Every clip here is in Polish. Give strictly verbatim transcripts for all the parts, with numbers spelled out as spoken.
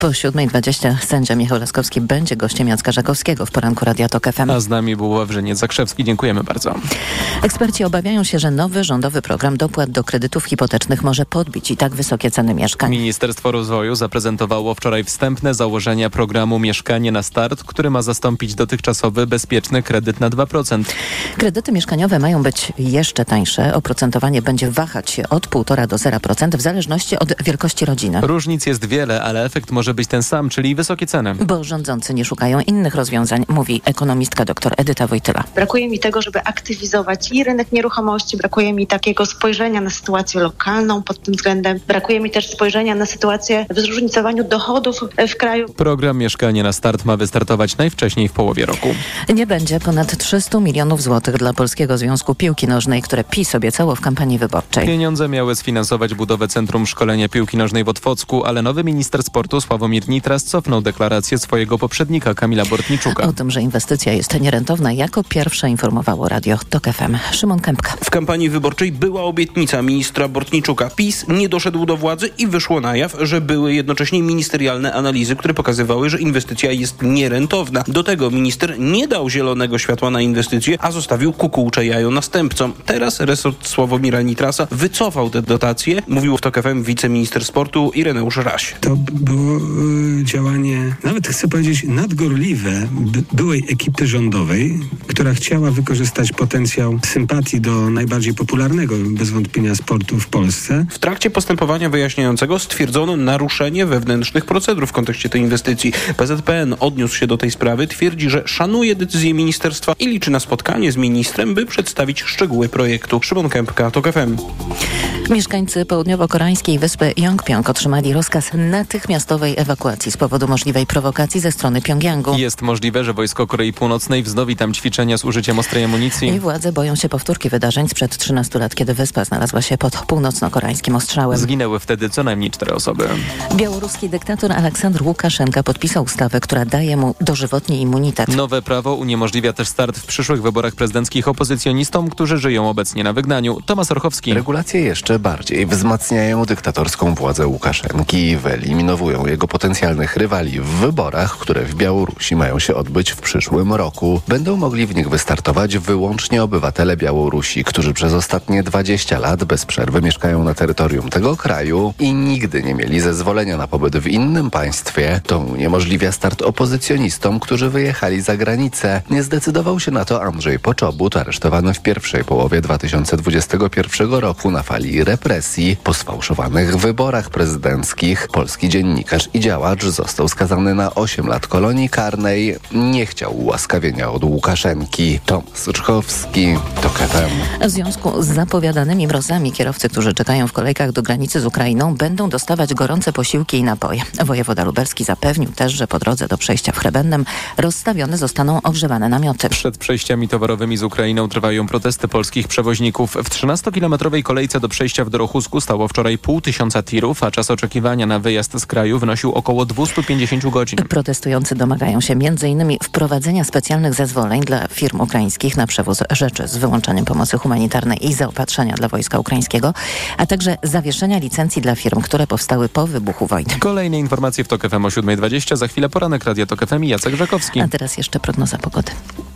Po siódmej dwadzieścia sędzia Michał Laskowski będzie gościem Jacka Żakowskiego w poranku Radia Tok F M. A z nami był Wawrzyniec Zakrzewski. Dziękujemy bardzo. Eksperci obawiają się, że nowy rządowy program dopłat do kredytów hipotecznych może podbić i tak wysokie ceny mieszkań. Ministerstwo Rozwoju zaprezentowało wczoraj wstępne założenia programu Mieszkanie na start, który ma zastąpić dotychczasowy bezpieczny kredyt na dwa procent. Kredyty mieszkaniowe mają być jeszcze tańsze. Oprocentowanie będzie wahać się od półtora do zera procent w zależności od wielkości rodziny. Różnic jest wiele, ale efekt może być ten sam, czyli wysokie ceny. Bo rządzący nie szukają innych rozwiązań, mówi ekonomistka dr Edyta Wojtyła. Brakuje mi tego, żeby aktywizować i rynek nieruchomości, brakuje mi takiego spojrzenia na sytuację lokalną pod tym względem. Brakuje mi też spojrzenia na sytuację w zróżnicowaniu dochodów w kraju. Program Mieszkanie na start ma wystartować najwcześniej w połowie roku. Nie będzie ponad trzysta milionów złotych dla Polskiego Związku Piłki Nożnej, które PiS obiecało w kampanii wyborczej. Pieniądze miały sfinansować budowę Centrum Szkolenia Piłki Nożnej w Otwocku, ale nowy minister sportu Sławomir Nitras cofnął deklarację swojego poprzednika Kamila Bortniczuka. O tym, że inwestycja jest nierentowna, jako pierwsze informowało Radio Tok F M. Szymon Kępka. W kampanii wyborczej była obietnica ministra Bortniczuka. PiS nie doszedł do władzy i wyszło na jaw, że były jednocześnie ministerialne analizy, które pokazywały, że inwestycja jest nierentowna. Do tego minister nie dał zielonego światła na inwestycje, a zostawił kukułcze jajo następcom. Teraz resort Sławomira Nitrasa wycofał te dotacje, mówił w Tok F M wiceminister sportu Ireneusz Raś. To było y, działanie, nawet chcę powiedzieć, nadgorliwe by, byłej ekipy rządowej, która chciała wykorzystać potencjał sympatii do najbardziej popularnego bez wątpienia sportu w Polsce. W trakcie postępowania wyjaśniającego stwierdzono naruszenie wewnętrznych procedur w kontekście tej inwestycji. P Z P N odniósł się do tej sprawy, twierdzi, że szanuje decyzję ministerstwa i liczy na spotkanie z ministrem, by przedstawić szczegóły projektu. Szymon Kępka, Tok F M. Mieszkańcy południowo-koreańskiej wyspy Yongpyong otrzymali rozkaz natychmiastowej ewakuacji z powodu możliwej prowokacji ze strony Pjongjangu. Jest możliwe, że wojsko Korei Północnej wznowi tam ćwiczenia z użyciem ostrej amunicji. I władze boją się powtórki wydarzeń sprzed trzynastu lat, kiedy wyspa znalazła się pod północno-koreańskim ostrzałem. Zginęły wtedy co najmniej cztery osoby. Białoruski dyktator Aleksandr Łukaszenka podpisał ustawę, która daje mu dożywotni immunitet. Nowe prawo uniemożliwia też start w przyszłych wyborach prezydenckich opozycjonistom, którzy żyją obecnie na wygnaniu. Tomasz Orchowski. Regulacje jeszcze bardziej wzmacniają dyktatorską władzę Łukaszenki i wyeliminowują jego potencjalnych rywali w wyborach, które w Białorusi mają się odbyć w przyszłym roku. Będą mogli w nich wystartować wyłącznie obywatele Białorusi, którzy przez ostatnie dwadzieścia lat bez przerwy mieszkają na terytorium tego kraju i nigdy nie mieli zezwolenia na pobyt w innym państwie. To uniemożliwia start opozycjonistom, którzy wyjechali za granicę. Nie zdecydował się na to Andrzej Poczobut, aresztowany w pierwszej połowie dwa tysiące dwudziestego pierwszego roku na fali represji po sfałszowanych wyborach prezydenckich. Polski dziennikarz i działacz został skazany na osiem lat kolonii karnej. Nie chciał ułaskawienia od Łukaszenki. Tomasz Czchowski, Tok F M. W związku z zapowiadanymi mrozami kierowcy, którzy czekają w kolejkach do granicy z Ukrainą, będą dostawać gorące posiłki i napoje. Wojewoda lubelski zapewnił też, że po drodze do przejścia w Chrebennem rozstawione zostaną ogrzewane namioty. Przed przejściami towarowymi z Ukrainą trwają protesty polskich przewoźników. W trzynastokilometrowej kolejce do przejścia w Dorochusku stało wczoraj pół tysiąca tirów, a czas oczekiwania na wyjazd z kraju wynosił około dwieście pięćdziesiąt godzin. Protestujący domagają się między innymi wprowadzenia specjalnych zezwoleń dla firm ukraińskich na przewóz rzeczy z wyłączeniem pomocy humanitarnej i zaopatrzenia dla wojska ukraińskiego, a także zawieszenia licencji dla firm, które powstały po wybuchu wojny. Kolejne informacje w Tok F M o siódmej dwadzieścia. Za chwilę poranek Radia Tok F M i Jacek Żakowski. A teraz jeszcze prognoza pogody.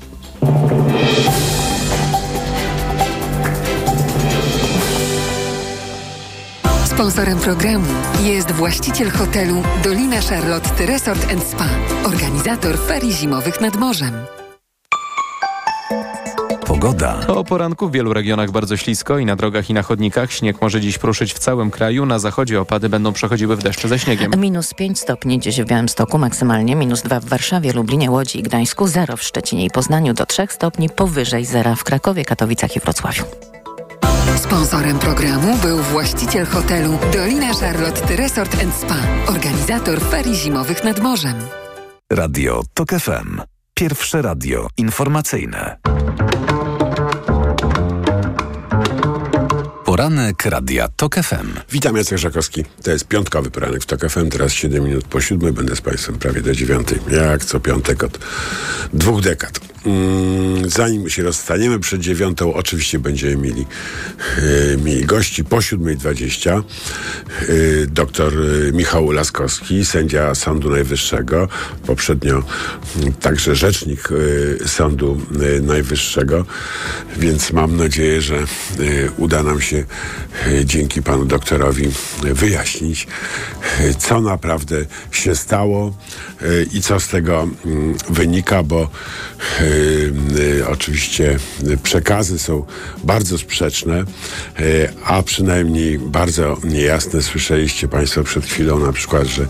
Sponsorem programu jest właściciel hotelu Dolina Charlotte Resort and Spa, organizator ferii zimowych nad morzem. Pogoda. O poranku w wielu regionach bardzo ślisko i na drogach i na chodnikach. Śnieg może dziś pruszyć w całym kraju. Na zachodzie opady będą przechodziły w deszcze ze śniegiem. Minus pięć stopni dziś w Białymstoku maksymalnie, minus dwa w Warszawie, Lublinie, Łodzi i Gdańsku, zero w Szczecinie i Poznaniu, do trzech stopni powyżej zera w Krakowie, Katowicach i Wrocławiu. Sponsorem programu był właściciel hotelu Dolina Charlotte Resort and Spa, organizator ferii zimowych nad morzem. Radio Tok F M. Pierwsze radio informacyjne. Poranek Radia Tok F M. Witam, Jacek Żakowski. To jest piątkowy poranek w Tok F M. Teraz siedem minut po siódmej. Będę z Państwem prawie do dziewiątej. Jak co piątek od dwóch dekad. zanim się rozstaniemy przed dziewiątą, oczywiście będziemy mieli, e, mieli gości. Po siódmej dwadzieścia e, doktor Michał Laskowski, sędzia Sądu Najwyższego, poprzednio m, także rzecznik e, Sądu e, Najwyższego, więc mam nadzieję, że e, uda nam się e, dzięki panu doktorowi wyjaśnić, e, co naprawdę się stało e, i co z tego m, wynika, bo e, e, oczywiście przekazy są bardzo sprzeczne, e, a przynajmniej bardzo niejasne. Słyszeliście państwo przed chwilą na przykład, że e,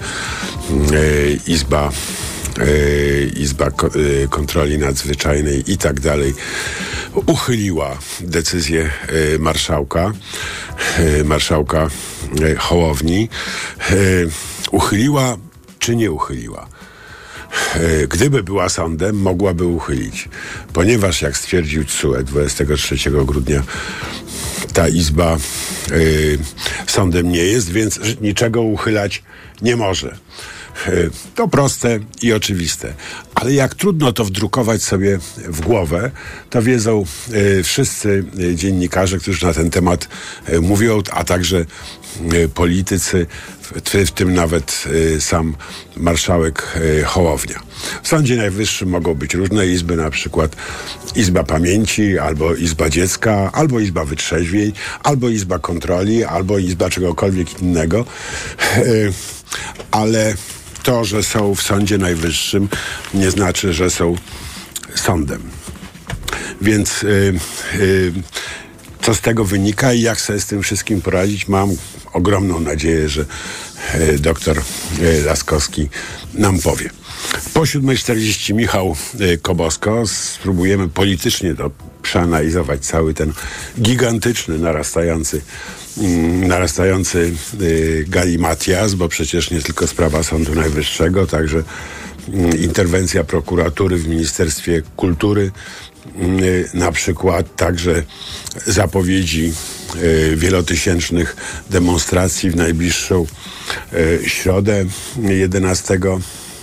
Izba e, Izba Ko- e, Kontroli Nadzwyczajnej i tak dalej uchyliła decyzję e, marszałka e, marszałka e, Hołowni. E, uchyliła czy nie uchyliła? Gdyby była sądem, mogłaby uchylić. Ponieważ, jak stwierdził T S U E dwudziestego trzeciego grudnia, ta izba y, sądem nie jest, więc niczego uchylać nie może. Y, to proste i oczywiste. Ale jak trudno to wdrukować sobie w głowę, to wiedzą y, wszyscy y, dziennikarze, którzy na ten temat y, mówią, a także y, politycy, w, w tym nawet y, sam marszałek y, Hołownia. W Sądzie Najwyższym mogą być różne izby, na przykład Izba Pamięci, albo Izba Dziecka, albo Izba Wytrzeźwień, albo Izba Kontroli, albo Izba czegokolwiek innego. Y, ale to, że są w Sądzie Najwyższym, nie znaczy, że są sądem. Więc y, y, co z tego wynika i jak sobie z tym wszystkim poradzić, mam ogromną nadzieję, że y, doktor y, Laskowski nam powie. Po siódmej czterdzieści Michał y, Kobosko. Spróbujemy politycznie to przeanalizować cały ten gigantyczny, narastający narastający y, galimatias, bo przecież nie tylko sprawa Sądu Najwyższego, także y, interwencja prokuratury w Ministerstwie Kultury, y, na przykład także zapowiedzi y, wielotysięcznych demonstracji w najbliższą y, środę jedenastego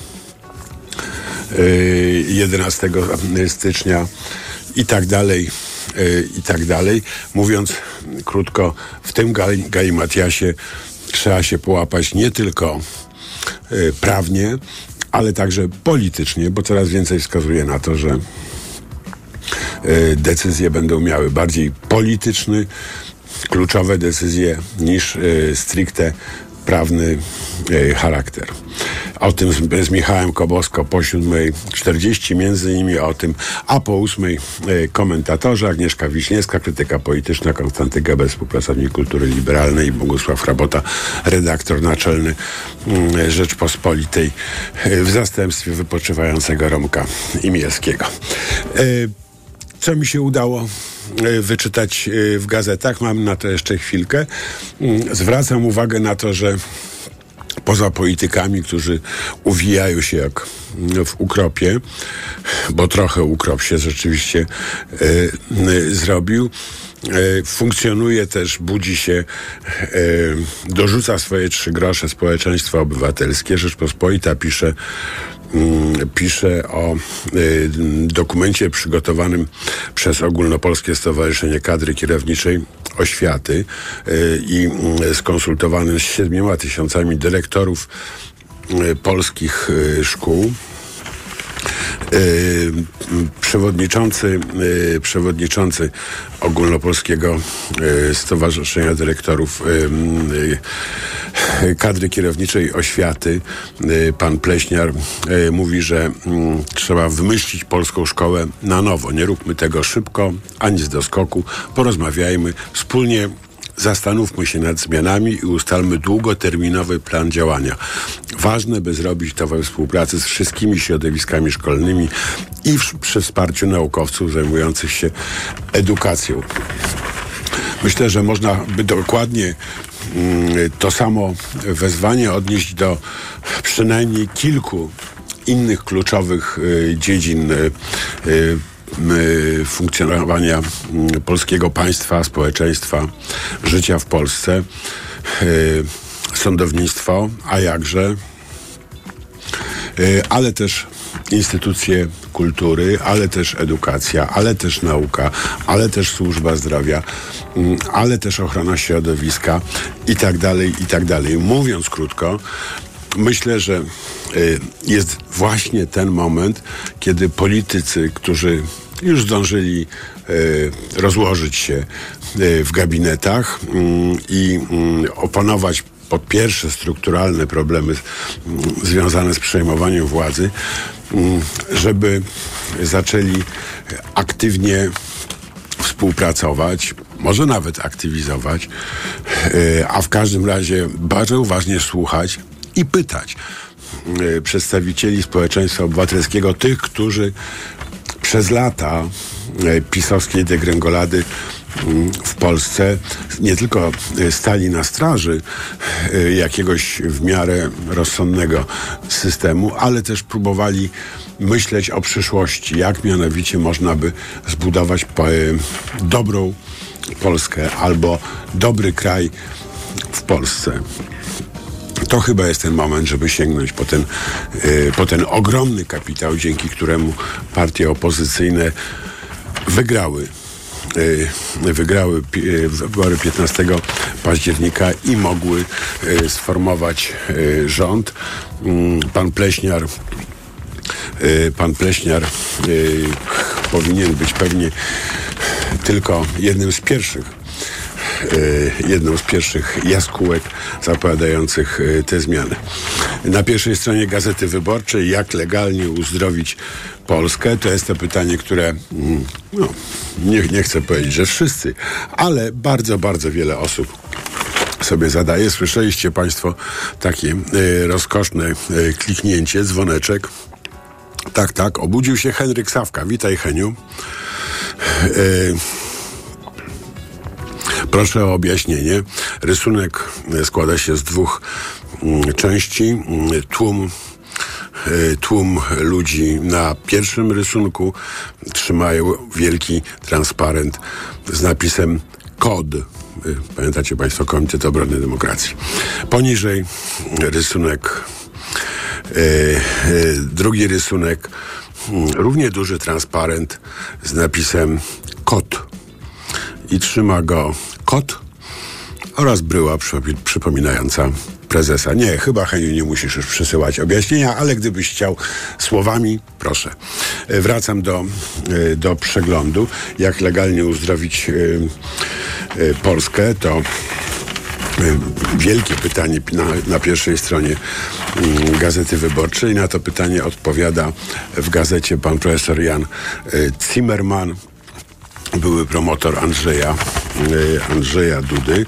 stycznia i tak dalej. I tak dalej. Mówiąc krótko, w tym galimatiasie trzeba się połapać nie tylko y, prawnie, ale także politycznie, bo coraz więcej wskazuje na to, że y, decyzje będą miały bardziej polityczny, kluczowe decyzje niż y, stricte prawny y, charakter. O tym z, z Michałem Kobosko po siódmej czterdzieści, między innymi o tym, a po ósmej y, komentatorzy Agnieszka Wiśniewska, krytyka polityczna, Konstanty Gebel, współpracownik kultury liberalnej i Bogusław Hrabota, redaktor naczelny y, Rzeczpospolitej y, w zastępstwie wypoczywającego Romka Imielskiego. Y, Co mi się udało wyczytać w gazetach, mam na to jeszcze chwilkę. Zwracam uwagę na to, że poza politykami, którzy uwijają się jak w ukropie, bo trochę ukrop się rzeczywiście y, y, zrobił, y, funkcjonuje też, budzi się, y, dorzuca swoje trzy grosze społeczeństwo obywatelskie. Rzeczpospolita pisze pisze o y, dokumencie przygotowanym przez Ogólnopolskie Stowarzyszenie Kadry Kierowniczej Oświaty y, i y, skonsultowanym z siedmioma tysiącami dyrektorów y, polskich y, szkół. Yy, przewodniczący, yy, przewodniczący Ogólnopolskiego yy, Stowarzyszenia Dyrektorów yy, yy, Kadry Kierowniczej Oświaty, yy, pan Pleśniar, yy, mówi, że yy, trzeba wymyślić polską szkołę na nowo. Nie róbmy tego szybko, ani z doskoku. Porozmawiajmy wspólnie. Zastanówmy się nad zmianami i ustalmy długoterminowy plan działania. Ważne, by zrobić to we współpracy z wszystkimi środowiskami szkolnymi i w, przy wsparciu naukowców zajmujących się edukacją. Myślę, że można by dokładnie mm, to samo wezwanie odnieść do przynajmniej kilku innych kluczowych y, dziedzin y, y, funkcjonowania polskiego państwa, społeczeństwa, życia w Polsce, sądownictwo, a jakże, ale też instytucje kultury, ale też edukacja, ale też nauka, ale też służba zdrowia, ale też ochrona środowiska i tak dalej, i tak dalej. Mówiąc krótko, myślę, że jest właśnie ten moment, kiedy politycy, którzy już zdążyli rozłożyć się w gabinetach i opanować po pierwsze strukturalne problemy związane z przejmowaniem władzy, żeby zaczęli aktywnie współpracować, może nawet aktywizować, a w każdym razie bardzo uważnie słuchać i pytać przedstawicieli społeczeństwa obywatelskiego, tych, którzy przez lata pisowskiej degrengolady w Polsce nie tylko stali na straży jakiegoś w miarę rozsądnego systemu, ale też próbowali myśleć o przyszłości, jak mianowicie można by zbudować dobrą Polskę albo dobry kraj w Polsce. To chyba jest ten moment, żeby sięgnąć po ten, po ten ogromny kapitał, dzięki któremu partie opozycyjne wygrały wygrały wybory piętnastego października i mogły sformować rząd. Pan Pleśniar pan Pleśniar powinien być pewnie tylko jednym z pierwszych jedną z pierwszych jaskółek zapowiadających te zmiany. Na pierwszej stronie Gazety Wyborczej, jak legalnie uzdrowić Polskę, to jest to pytanie, które no, nie, nie chcę powiedzieć, że wszyscy, ale bardzo, bardzo wiele osób sobie zadaje. Słyszeliście Państwo takie y, rozkoszne y, kliknięcie, dzwoneczek. Tak, tak, obudził się Henryk Sawka. Witaj, Heniu. Y, Proszę o objaśnienie. Rysunek składa się z dwóch mm, części. Tłum, y, tłum ludzi na pierwszym rysunku trzymają wielki transparent z napisem KOD. Y, pamiętacie Państwo, Komitet Obrony Demokracji. Poniżej rysunek, y, y, drugi rysunek, y, równie duży transparent z napisem KOT. I trzyma go kot oraz bryła przypominająca prezesa. Nie, chyba, Heniu, nie musisz już przysyłać objaśnienia, ale gdybyś chciał słowami, proszę. Wracam do, do przeglądu. Jak legalnie uzdrowić Polskę, to wielkie pytanie na, na pierwszej stronie Gazety Wyborczej. Na to pytanie odpowiada w gazecie pan profesor Jan Zimmerman, były promotor Andrzeja, Andrzeja Dudy.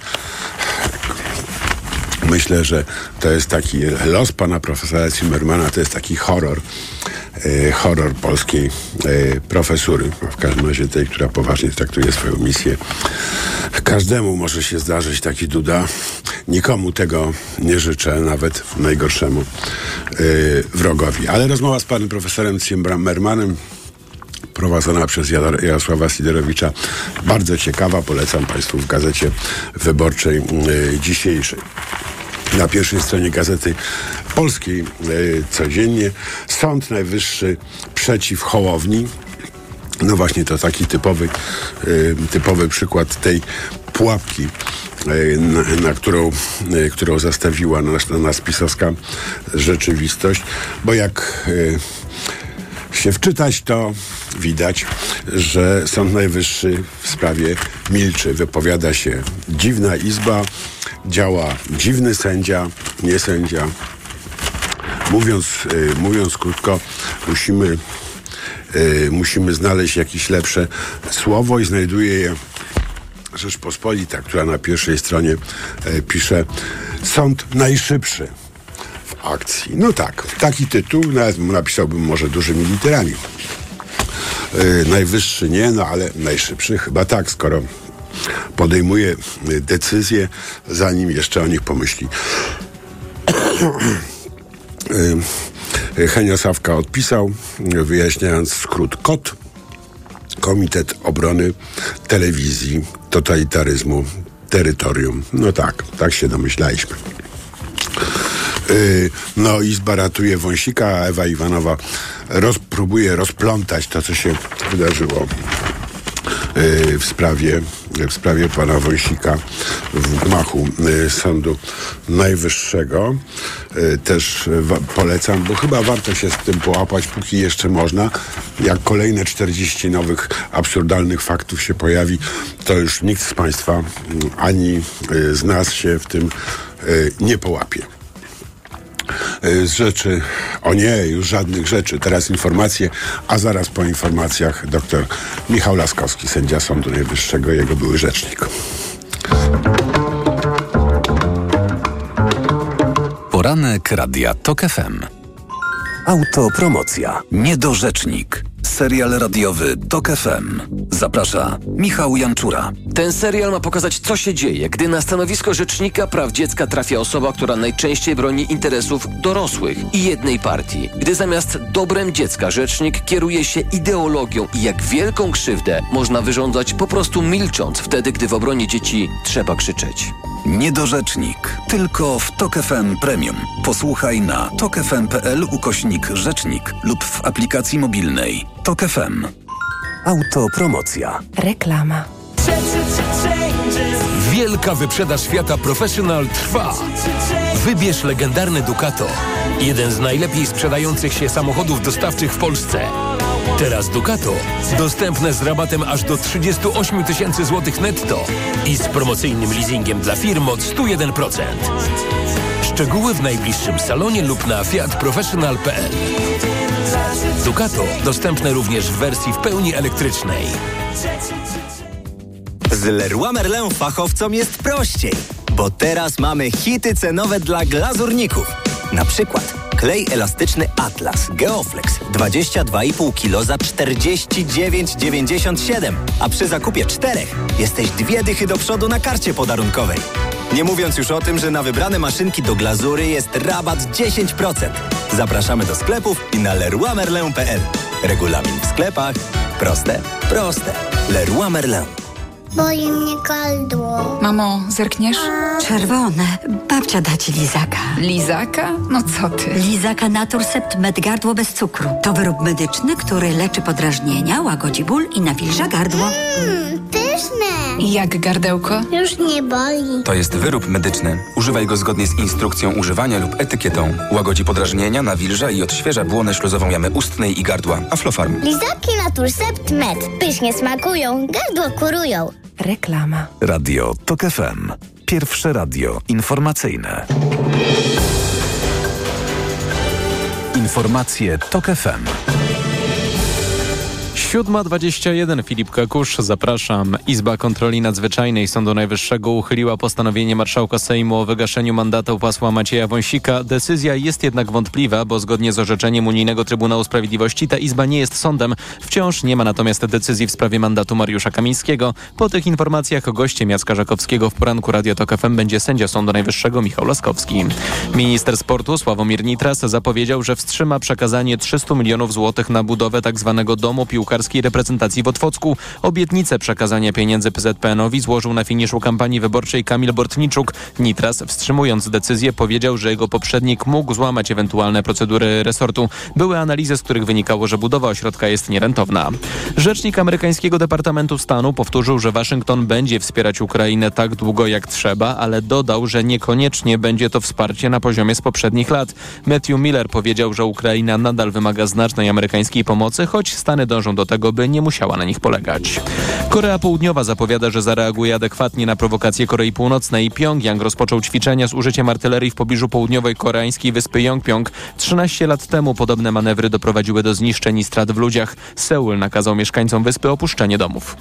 Myślę, że to jest taki los pana profesora Zimmermana, to jest taki horror, e, horror polskiej e, profesury, w każdym razie tej, która poważnie traktuje swoją misję. Każdemu może się zdarzyć taki Duda. Nikomu tego nie życzę, nawet najgorszemu e, wrogowi. Ale rozmowa z panem profesorem Zimmermanem prowadzona przez Jarosława Siderowicza, bardzo ciekawa, polecam Państwu w Gazecie Wyborczej y, dzisiejszej. Na pierwszej stronie Gazety Polskiej y, codziennie Sąd Najwyższy przeciw Hołowni. No właśnie, to taki typowy, y, typowy przykład tej pułapki, y, na, na którą, y, którą zastawiła nas, na nas pisowska rzeczywistość, bo jak y, się wczytać, to widać, że Sąd Najwyższy w sprawie milczy. Wypowiada się dziwna izba, działa dziwny sędzia, nie sędzia. Mówiąc, yy, mówiąc krótko, musimy, yy, musimy znaleźć jakieś lepsze słowo i znajduje je Rzeczpospolita, która na pierwszej stronie yy, pisze Sąd Najszybszy w akcji. No tak, taki tytuł, nawet napisałbym może dużymi literami. Yy, najwyższy nie, no ale najszybszy chyba tak, skoro podejmuje decyzje, zanim jeszcze o nich pomyśli. yy, Henio Sawka odpisał, wyjaśniając skrót KOT, Komitet Obrony Telewizji, Totalitaryzmu, Terytorium. No tak, tak się domyślaliśmy. Yy, no, Izba ratuje Wąsika, a Ewa Iwanowa roz, próbuje rozplątać to, co się wydarzyło yy, w sprawie, w sprawie pana Wąsika w gmachu yy, Sądu Najwyższego. Yy, też wa- polecam, bo chyba warto się z tym połapać, póki jeszcze można. Jak kolejne czterdzieści nowych absurdalnych faktów się pojawi, to już nikt z państwa yy, ani yy, z nas się w tym yy, nie połapie. Z rzeczy, o nie, już żadnych rzeczy. Teraz informacje, a zaraz po informacjach dr Michał Laskowski, sędzia Sądu Najwyższego, jego były rzecznik. Poranek Radia Tok F M. Autopromocja. Niedorzecznik. Serial radiowy Tok F M. Zaprasza Michał Janczura. Ten serial ma pokazać, co się dzieje, gdy na stanowisko rzecznika praw dziecka trafia osoba, która najczęściej broni interesów dorosłych i jednej partii. Gdy zamiast dobrem dziecka rzecznik kieruje się ideologią i jak wielką krzywdę można wyrządzać po prostu milcząc wtedy, gdy w obronie dzieci trzeba krzyczeć. Niedorzecznik. Tylko w Tok F M Premium. Posłuchaj na tokfm.pl ukośnik rzecznik lub w aplikacji mobilnej. Tok F M. Autopromocja. Reklama. Wielka wyprzedaż Fiata Professional trwa. Wybierz legendarny Ducato. Jeden z najlepiej sprzedających się samochodów dostawczych w Polsce. Teraz Ducato dostępne z rabatem aż do trzydzieści osiem tysięcy złotych netto i z promocyjnym leasingiem dla firm od sto jeden procent. Szczegóły w najbliższym salonie lub na fiat professional kropka p l. Ducato dostępne również w wersji w pełni elektrycznej. Z Leroy Merlin fachowcom jest prościej, bo teraz mamy hity cenowe dla glazurników. Na przykład klej elastyczny Atlas Geoflex dwadzieścia dwa i pół kilo za czterdzieści dziewięć dziewięćdziesiąt siedem, a przy zakupie czterech jesteś dwie dychy do przodu na karcie podarunkowej. Nie mówiąc już o tym, że na wybrane maszynki do glazury jest rabat dziesięć procent. Zapraszamy do sklepów i na leroy merlin kropka p l. Regulamin w sklepach. Proste, proste. Leroy Merlin. Boli mnie gardło. Mamo, zerkniesz? Czerwone. Babcia da ci lizaka. Lizaka? No co ty? Lizaka Naturcept Med Gardło bez cukru. To wyrób medyczny, który leczy podrażnienia, łagodzi ból i nawilża gardło. Mmm, pyszne. I jak gardełko? Już nie boli. To jest wyrób medyczny. Używaj go zgodnie z instrukcją używania lub etykietą. Łagodzi podrażnienia, nawilża i odświeża błonę śluzową jamy ustnej i gardła. Aflofarm. Lizaki Naturcept Med. Pysznie smakują, gardło kurują. Reklama. Radio Tok F M. Pierwsze radio informacyjne. Informacje Tok F M. siódma dwadzieścia jeden, Filip Kakusz, zapraszam. Izba Kontroli Nadzwyczajnej Sądu Najwyższego uchyliła postanowienie marszałka Sejmu o wygaszeniu mandatu posła Macieja Wąsika. Decyzja jest jednak wątpliwa, bo zgodnie z orzeczeniem Unijnego Trybunału Sprawiedliwości ta izba nie jest sądem. Wciąż nie ma natomiast decyzji w sprawie mandatu Mariusza Kamińskiego. Po tych informacjach gościem Jacka Żakowskiego w poranku Radio Tok F M będzie sędzia Sądu Najwyższego Michał Laskowski. Minister sportu Sławomir Nitras zapowiedział, że wstrzyma przekazanie trzysta milionów złotych na budowę tzw. domu piłkarskiego reprezentacji w Otwocku. Obietnicę przekazania pieniędzy P Z P N-owi złożył na finiszu kampanii wyborczej Kamil Bortniczuk. Nitras, wstrzymując decyzję, powiedział, że jego poprzednik mógł złamać ewentualne procedury resortu. Były analizy, z których wynikało, że budowa ośrodka jest nierentowna. Rzecznik amerykańskiego Departamentu Stanu powtórzył, że Waszyngton będzie wspierać Ukrainę tak długo jak trzeba, ale dodał, że niekoniecznie będzie to wsparcie na poziomie z poprzednich lat. Matthew Miller powiedział, że Ukraina nadal wymaga znacznej amerykańskiej pomocy, choć Stany dążą do tego, by nie musiała na nich polegać. Korea Południowa zapowiada, że zareaguje adekwatnie na prowokacje Korei Północnej. Pjongjang rozpoczął ćwiczenia z użyciem artylerii w pobliżu południowej koreańskiej wyspy Jongpyong. trzynaście lat temu podobne manewry doprowadziły do zniszczeń i strat w ludziach. Seul nakazał mieszkańcom wyspy opuszczenie domów.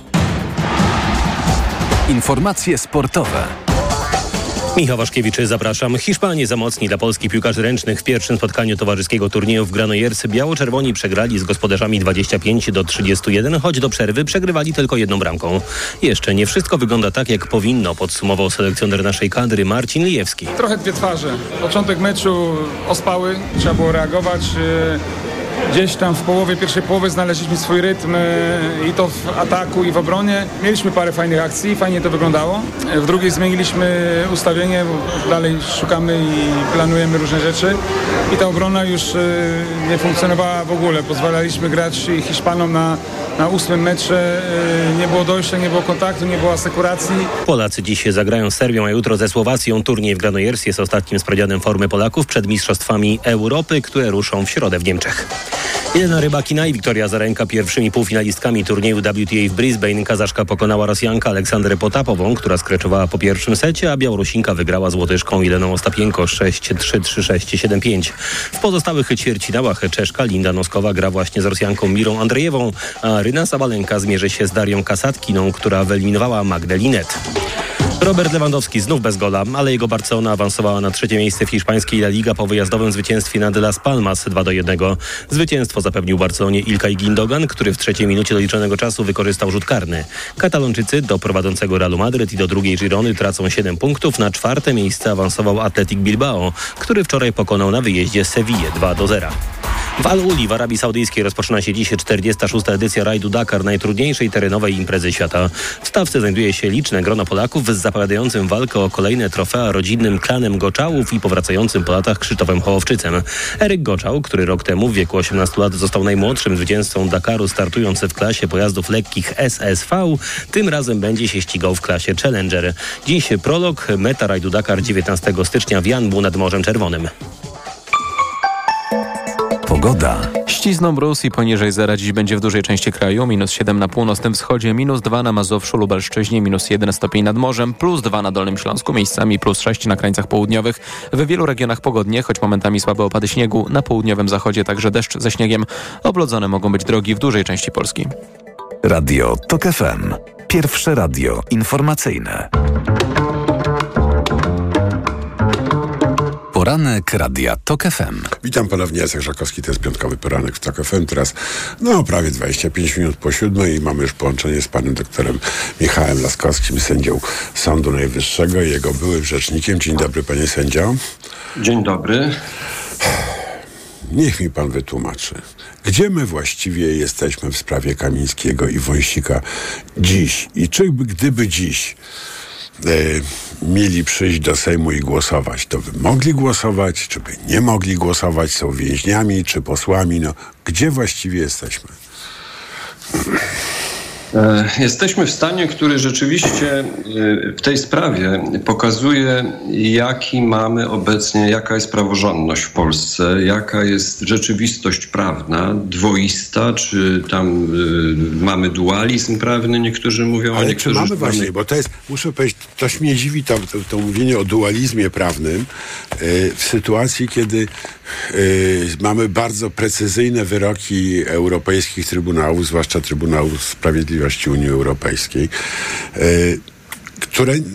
Informacje sportowe. Michał Waszkiewicz, zapraszam. Hiszpanie za mocni dla polskich piłkarzy ręcznych w pierwszym spotkaniu towarzyskiego turnieju w Granollers. Biało-czerwoni przegrali z gospodarzami dwadzieścia pięć do trzydziestu jeden, choć do przerwy przegrywali tylko jedną bramką. Jeszcze nie wszystko wygląda tak, jak powinno, podsumował selekcjoner naszej kadry Marcin Lijewski. Trochę dwie twarze. Początek meczu ospały, trzeba było reagować. Gdzieś tam w połowie, pierwszej połowy znaleźliśmy swój rytm i to w ataku i w obronie. Mieliśmy parę fajnych akcji, fajnie to wyglądało. W drugiej zmieniliśmy ustawienie, bo dalej szukamy i planujemy różne rzeczy. I ta obrona już nie funkcjonowała w ogóle. Pozwalaliśmy grać Hiszpanom na, na ósmym metrze. Nie było dojścia, nie było kontaktu, nie było asekuracji. Polacy dziś zagrają z Serbią, a jutro ze Słowacją. Turniej w Granollers jest ostatnim sprawdzianem formy Polaków przed Mistrzostwami Europy, które ruszą w środę w Niemczech. Jelena Rybakina i Wiktoria Azarenka pierwszymi półfinalistkami turnieju W T A w Brisbane. Kazaszka pokonała Rosjankę Aleksandrę Potapową, która skreczowała po pierwszym secie, a Białorusinka wygrała z Łotyszką Jeleną Ostapienko sześć trzy, trzy sześć, siedem pięć. W pozostałych ćwierćfinałach Czeszka Linda Noskowa gra właśnie z Rosjanką Mirą Andrzejewą, a Ryna Sabalenka zmierzy się z Darią Kasatkiną, która wyeliminowała Magdę Linet. Robert Lewandowski znów bez gola, ale jego Barcelona awansowała na trzecie miejsce w hiszpańskiej La Liga po wyjazdowym zwycięstwie nad Las Palmas dwa do jednego. Zwycięstwo zapewnił Barcelonie Ilkay Gündogan, który w trzeciej minucie doliczonego czasu wykorzystał rzut karny. Katalończycy do prowadzącego Realu Madryt i do drugiej Girony tracą siedem punktów. Na czwarte miejsce awansował Athletic Bilbao, który wczoraj pokonał na wyjeździe Sewillę dwa do zera. W Al-Uli w Arabii Saudyjskiej rozpoczyna się dziś czterdziesta szósta edycja rajdu Dakar, najtrudniejszej terenowej imprezy świata. W stawce znajduje się liczne grono Polaków z zapowiadającym walkę o kolejne trofea rodzinnym klanem Goczałów i powracającym po latach Krzysztofem Hołowczycem. Eryk Goczał, który rok temu w wieku osiemnastu lat został najmłodszym zwycięzcą Dakaru startując w klasie pojazdów lekkich S S V, tym razem będzie się ścigał w klasie Challenger. Dziś prolog, meta rajdu Dakar dziewiętnastego stycznia w Janbu nad Morzem Czerwonym. Pogoda. Ścisną mróz i poniżej zera dziś będzie w dużej części kraju. Minus siedem na północnym wschodzie, minus dwa na Mazowszu, Lubelszczyźnie, minus jeden stopień nad morzem, plus dwa na Dolnym Śląsku, miejscami plus sześć na krańcach południowych. W wielu regionach pogodnie, choć momentami słabe opady śniegu. Na południowym zachodzie także deszcz ze śniegiem. Oblodzone mogą być drogi w dużej części Polski. Radio TOK F M. Pierwsze radio informacyjne. Poranek Radia TOK F M. Witam ponownie, Jacek Żakowski, to jest piątkowy poranek w TOK F M. Teraz no prawie dwadzieścia pięć minut po siódmej i mamy już połączenie z panem doktorem Michałem Laskowskim, sędzią Sądu Najwyższego i jego byłym rzecznikiem. Dzień dobry, panie sędzio. Dzień dobry. Niech mi pan wytłumaczy, gdzie my właściwie jesteśmy w sprawie Kamińskiego i Wąsika dziś i czy gdyby dziś E, mieli przyjść do Sejmu i głosować, to by mogli głosować, czy by nie mogli głosować, są więźniami, czy posłami, no gdzie właściwie jesteśmy? Jesteśmy w stanie, który rzeczywiście w tej sprawie pokazuje, jaki mamy obecnie, jaka jest praworządność w Polsce, jaka jest rzeczywistość prawna, dwoista, czy tam y, mamy dualizm prawny, niektórzy mówią. Ale niektórzy czy mamy właśnie, mamy... bo to jest, muszę powiedzieć, to mnie dziwi to, to, to mówienie o dualizmie prawnym y, w sytuacji, kiedy y, mamy bardzo precyzyjne wyroki europejskich trybunałów, zwłaszcza Trybunału Sprawiedliwości Unii Europejskiej, y, które y,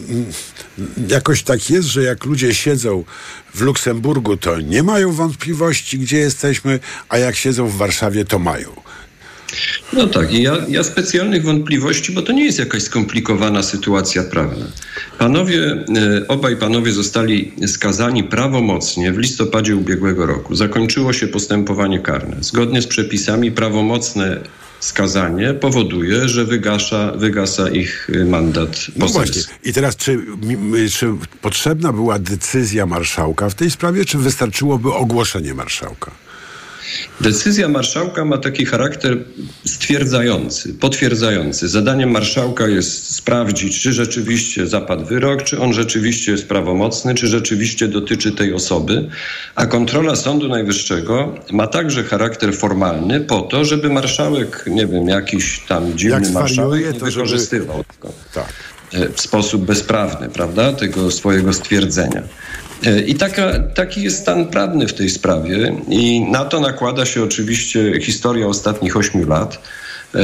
jakoś tak jest, że jak ludzie siedzą w Luksemburgu, to nie mają wątpliwości, gdzie jesteśmy, a jak siedzą w Warszawie, to mają. No tak, i ja, ja specjalnych wątpliwości, bo to nie jest jakaś skomplikowana sytuacja prawna. Panowie, obaj panowie zostali skazani prawomocnie w listopadzie ubiegłego roku. Zakończyło się postępowanie karne. Zgodnie z przepisami prawomocne skazanie powoduje, że wygasza, wygasa ich mandat poselski. No właśnie. I teraz czy, czy potrzebna była decyzja marszałka w tej sprawie, czy wystarczyłoby ogłoszenie marszałka? Decyzja marszałka ma taki charakter stwierdzający, potwierdzający. Zadaniem marszałka jest sprawdzić, czy rzeczywiście zapadł wyrok, czy on rzeczywiście jest prawomocny, czy rzeczywiście dotyczy tej osoby. A kontrola Sądu Najwyższego ma także charakter formalny po to, żeby marszałek, nie wiem, jakiś tam dziwny marszałek nie wykorzystywał żeby... tego tak. w sposób bezprawny, prawda, tego swojego stwierdzenia. I taka, taki jest stan prawny w tej sprawie i na to nakłada się oczywiście historia ostatnich ośmiu lat, e,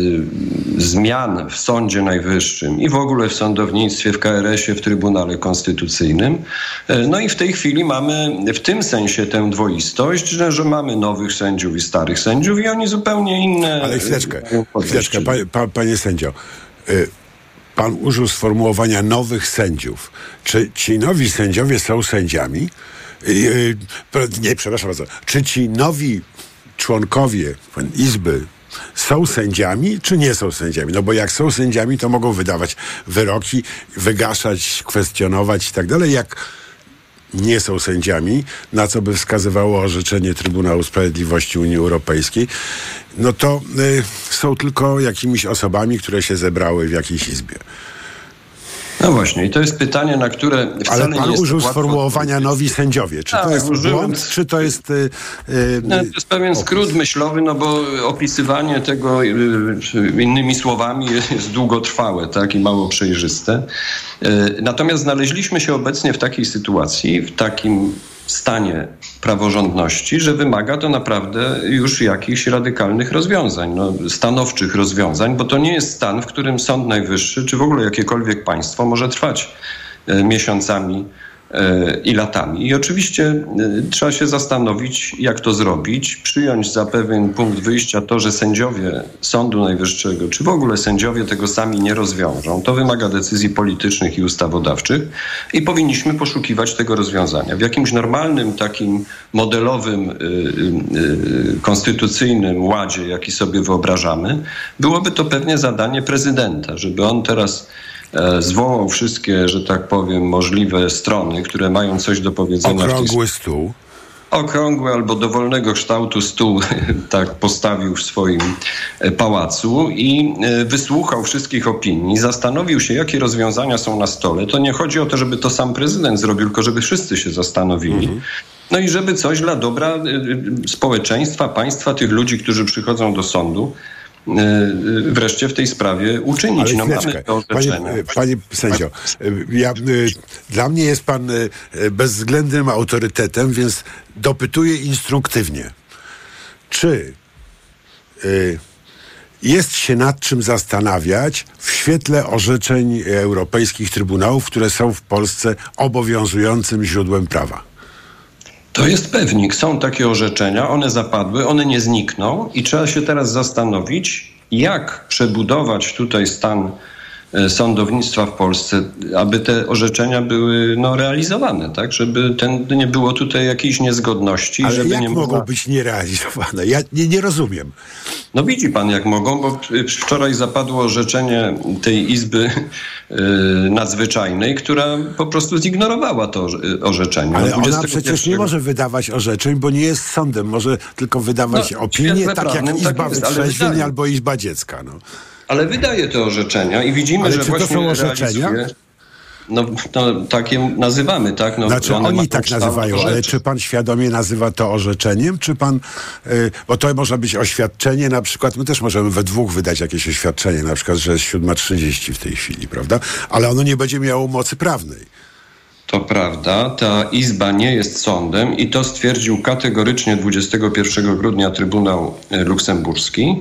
zmian w Sądzie Najwyższym i w ogóle w sądownictwie, w K R S ie, w Trybunale Konstytucyjnym. E, no i w tej chwili mamy w tym sensie tę dwoistość, że, że mamy nowych sędziów i starych sędziów i oni zupełnie inne... Ale chwileczkę, chwileczkę pa, pa, panie sędzio. Y- Pan użył sformułowania nowych sędziów. Czy ci nowi sędziowie są sędziami? Yy, nie, przepraszam bardzo. Czy ci nowi członkowie Izby są sędziami, czy nie są sędziami? No bo jak są sędziami, to mogą wydawać wyroki, wygaszać, kwestionować i tak dalej. Jak nie są sędziami, na co by wskazywało orzeczenie Trybunału Sprawiedliwości Unii Europejskiej, no to y, są tylko jakimiś osobami, które się zebrały w jakiejś izbie. No właśnie, i to jest pytanie, na które wcale Ale pan nie jest użył łatwo sformułowania odpowiedzieć. nowi sędziowie. Czy Tak, to jest użyłem. błąd, czy to jest... Yy, No, to jest pewien skrót myślowy, no bo opisywanie tego y, innymi słowami jest długotrwałe, tak, i mało przejrzyste. Y, natomiast znaleźliśmy się obecnie w takiej sytuacji, w takim stanie praworządności, że wymaga to naprawdę już jakichś radykalnych rozwiązań, no, stanowczych rozwiązań, bo to nie jest stan, w którym Sąd Najwyższy, czy w ogóle jakiekolwiek państwo może trwać y, miesiącami i latami. I oczywiście y, trzeba się zastanowić, jak to zrobić, przyjąć za pewien punkt wyjścia to, że sędziowie Sądu Najwyższego, czy w ogóle sędziowie tego sami nie rozwiążą. To wymaga decyzji politycznych i ustawodawczych i powinniśmy poszukiwać tego rozwiązania. W jakimś normalnym, takim modelowym, y, y, y, konstytucyjnym ładzie, jaki sobie wyobrażamy, byłoby to pewnie zadanie prezydenta, żeby on teraz zwołał wszystkie, że tak powiem, możliwe strony, które mają coś do powiedzenia. Okrągły w tej... stół. Okrągły albo dowolnego kształtu stół tak postawił w swoim pałacu i wysłuchał wszystkich opinii, zastanowił się, jakie rozwiązania są na stole. To nie chodzi o to, żeby to sam prezydent zrobił, tylko żeby wszyscy się zastanowili. Mhm. No i żeby coś dla dobra społeczeństwa, państwa, tych ludzi, którzy przychodzą do sądu, wreszcie w tej sprawie uczynić. Ale no, mamy to panie, panie sędzio, ja, dla mnie jest pan bezwzględnym autorytetem, więc dopytuję instruktywnie. Czy y, jest się nad czym zastanawiać w świetle orzeczeń europejskich trybunałów, które są w Polsce obowiązującym źródłem prawa? To jest pewnik. Są takie orzeczenia, one zapadły, one nie znikną i trzeba się teraz zastanowić, jak przebudować tutaj stan sądownictwa w Polsce, aby te orzeczenia były no, realizowane, tak? Żeby ten, nie było tutaj jakiejś niezgodności. Ale żeby jak nie mogą mogła... być nierealizowane? Ja nie, nie rozumiem. No widzi pan, jak mogą, bo wczoraj zapadło orzeczenie tej Izby yy, Nadzwyczajnej, która po prostu zignorowała to orzeczenie. Ale dwudziestego ona przecież pierwszego... nie może wydawać orzeczeń, bo nie jest sądem. Może tylko wydawać no, opinie, tak prawnym, jak Izba tak jest, Wytrzeźwień wydaje. albo Izba Dziecka. No. Ale wydaje te orzeczenia i widzimy, Ale że czy to właśnie są orzeczenia? realizuje... No, no takie nazywamy, tak? No, znaczy one oni tak nazywają, ale rzeczy. czy pan świadomie nazywa to orzeczeniem, czy pan, y, bo to może być oświadczenie na przykład, my też możemy we dwóch wydać jakieś oświadczenie, na przykład, że jest siódma trzydzieści w tej chwili, prawda? Ale ono nie będzie miało mocy prawnej. To prawda, ta Izba nie jest sądem i to stwierdził kategorycznie dwudziestego pierwszego grudnia Trybunał Luksemburski,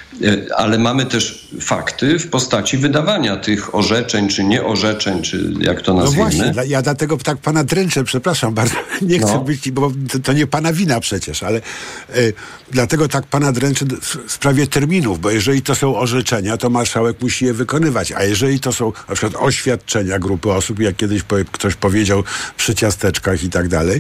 ale mamy też fakty w postaci wydawania tych orzeczeń, czy nie orzeczeń, czy jak to nazwiemy. No właśnie, ja dlatego tak pana dręczę, przepraszam bardzo, nie chcę no. być, bo to, to nie pana wina przecież, ale y, dlatego tak pana dręczę w sprawie terminów, bo jeżeli to są orzeczenia, to marszałek musi je wykonywać, a jeżeli to są na przykład oświadczenia grupy osób, jak kiedyś powie, ktoś powiedział przy ciasteczkach i tak dalej.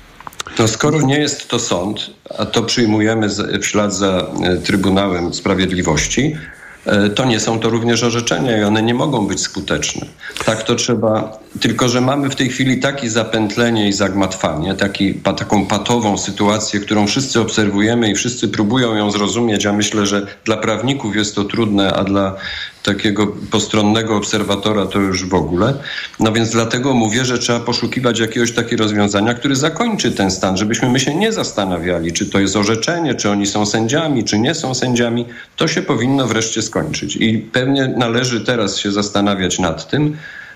To skoro nie jest to sąd, a to przyjmujemy w ślad za Trybunałem Sprawiedliwości, to nie są to również orzeczenia i one nie mogą być skuteczne. Tak to trzeba, tylko że mamy w tej chwili takie zapętlenie i zagmatwanie, taki, taką patową sytuację, którą wszyscy obserwujemy i wszyscy próbują ją zrozumieć, a myślę, że dla prawników jest to trudne, a dla takiego postronnego obserwatora to już w ogóle. No więc dlatego mówię, że trzeba poszukiwać jakiegoś takiego rozwiązania, które zakończy ten stan, żebyśmy my się nie zastanawiali, czy to jest orzeczenie, czy oni są sędziami, czy nie są sędziami. To się powinno wreszcie skończyć. I pewnie należy teraz się zastanawiać nad tym,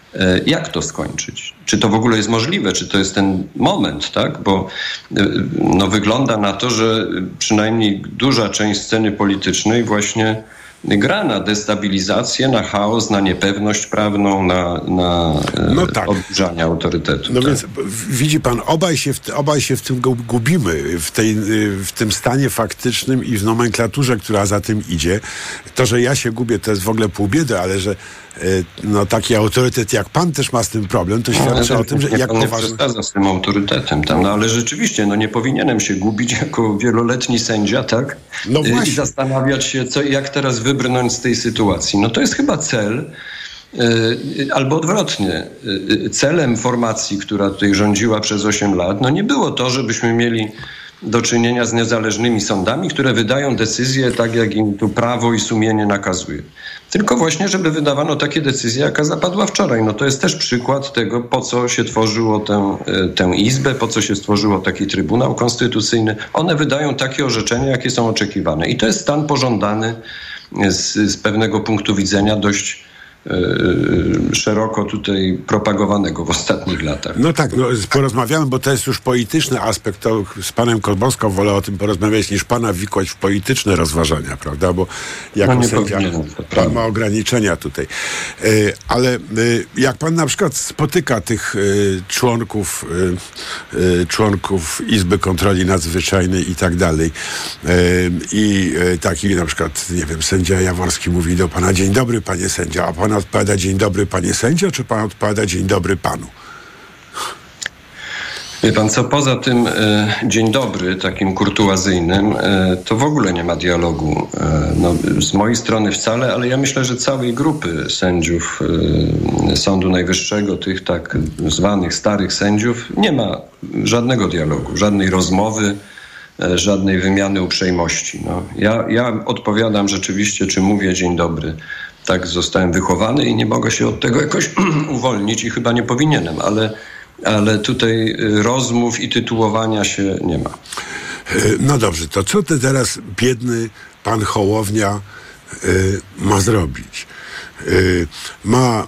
jak to skończyć. Czy to w ogóle jest możliwe, czy to jest ten moment, tak? Bo no, wygląda na to, że przynajmniej duża część sceny politycznej właśnie gra na destabilizację, na chaos, na niepewność prawną, na, na no tak. obniżanie autorytetu. No tak. więc widzi pan, obaj się, w, obaj się w tym gubimy, w, tej, w tym stanie faktycznym i w nomenklaturze, która za tym idzie. To, że ja się gubię, to jest w ogóle pół biedy, ale że no, taki autorytet jak pan też ma z tym problem, to świadczy no, o tym, że jak pan poważnie... nie przesadza z tym autorytetem tam, no ale rzeczywiście, no nie powinienem się gubić jako wieloletni sędzia, tak? No właśnie. I zastanawiać się, co, jak teraz wybrnąć z tej sytuacji. No to jest chyba cel, yy, albo odwrotnie. Yy, celem formacji, która tutaj rządziła przez osiem lat, no nie było to, żebyśmy mieli do czynienia z niezależnymi sądami, które wydają decyzje tak, jak im tu prawo i sumienie nakazuje. Tylko właśnie, żeby wydawano takie decyzje, jaka zapadła wczoraj. No to jest też przykład tego, po co się tworzyło tę, tę izbę, po co się stworzyło taki Trybunał Konstytucyjny. One wydają takie orzeczenia, jakie są oczekiwane. I to jest stan pożądany z, z pewnego punktu widzenia dość Yy, szeroko tutaj propagowanego w ostatnich latach. No tak, no, porozmawiamy, bo to jest już polityczny aspekt. To z panem Kozłowską wolę o tym porozmawiać, niż pana wikłać w polityczne rozważania, prawda? Bo jako no sędzia pan ma ograniczenia tutaj. Yy, ale yy, jak pan na przykład spotyka tych yy, członków yy, członków Izby Kontroli Nadzwyczajnej i tak dalej yy, i yy, taki na przykład, nie wiem, sędzia Jaworski mówi do pana: dzień dobry, panie sędzia, a pan odpowiada: dzień dobry, panie sędzio, czy pan odpowiada: dzień dobry panu? Wie pan co, poza tym e, dzień dobry, takim kurtuazyjnym, e, to w ogóle nie ma dialogu. E, no, z mojej strony wcale, ale ja myślę, że całej grupy sędziów e, Sądu Najwyższego, tych tak zwanych starych sędziów, nie ma żadnego dialogu, żadnej rozmowy, e, żadnej wymiany uprzejmości. No, ja, ja odpowiadam rzeczywiście, czy mówię dzień dobry. Tak zostałem wychowany i nie mogę się od tego jakoś uwolnić i chyba nie powinienem, ale, ale tutaj rozmów i tytułowania się nie ma. No dobrze, to co ty teraz, biedny pan Hołownia, y, ma zrobić? Y, ma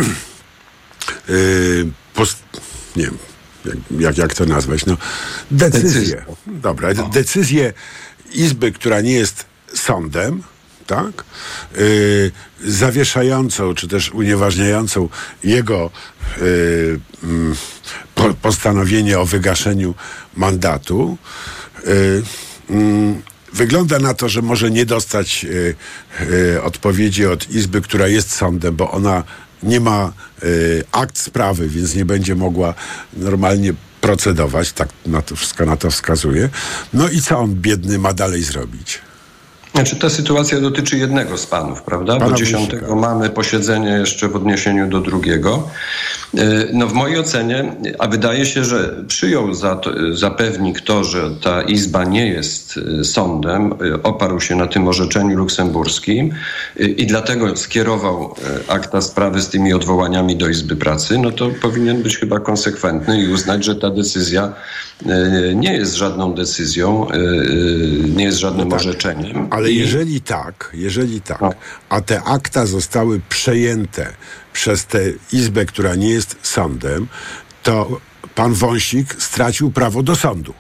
y, post- nie wiem, jak, jak to nazwać, no decyzję. Dobra, de- decyzję Izby, która nie jest sądem, tak? Yy, zawieszającą, czy też unieważniającą jego yy, mm, po, postanowienie o wygaszeniu mandatu. Yy, yy, wygląda na to, że może nie dostać yy, yy, odpowiedzi od Izby, która jest sądem, bo ona nie ma yy, akt sprawy, więc nie będzie mogła normalnie procedować. Tak na to, wszystko na to wskazuje. No i co on, biedny, ma dalej zrobić? Znaczy, ta sytuacja dotyczy jednego z panów, prawda? Pana Bo dziesiątego Wójcika. Mamy posiedzenie jeszcze w odniesieniu do drugiego. No w mojej ocenie, a wydaje się, że przyjął za to, za pewnik to, że ta Izba nie jest sądem, oparł się na tym orzeczeniu luksemburskim i dlatego skierował akta sprawy z tymi odwołaniami do Izby Pracy, no to powinien być chyba konsekwentny i uznać, że ta decyzja nie jest żadną decyzją, nie jest żadnym no tak, orzeczeniem. Ale jeżeli tak, jeżeli tak, no. a te akta zostały przejęte przez tę Izbę, która nie jest sądem, to pan Wąsik stracił prawo do sądu.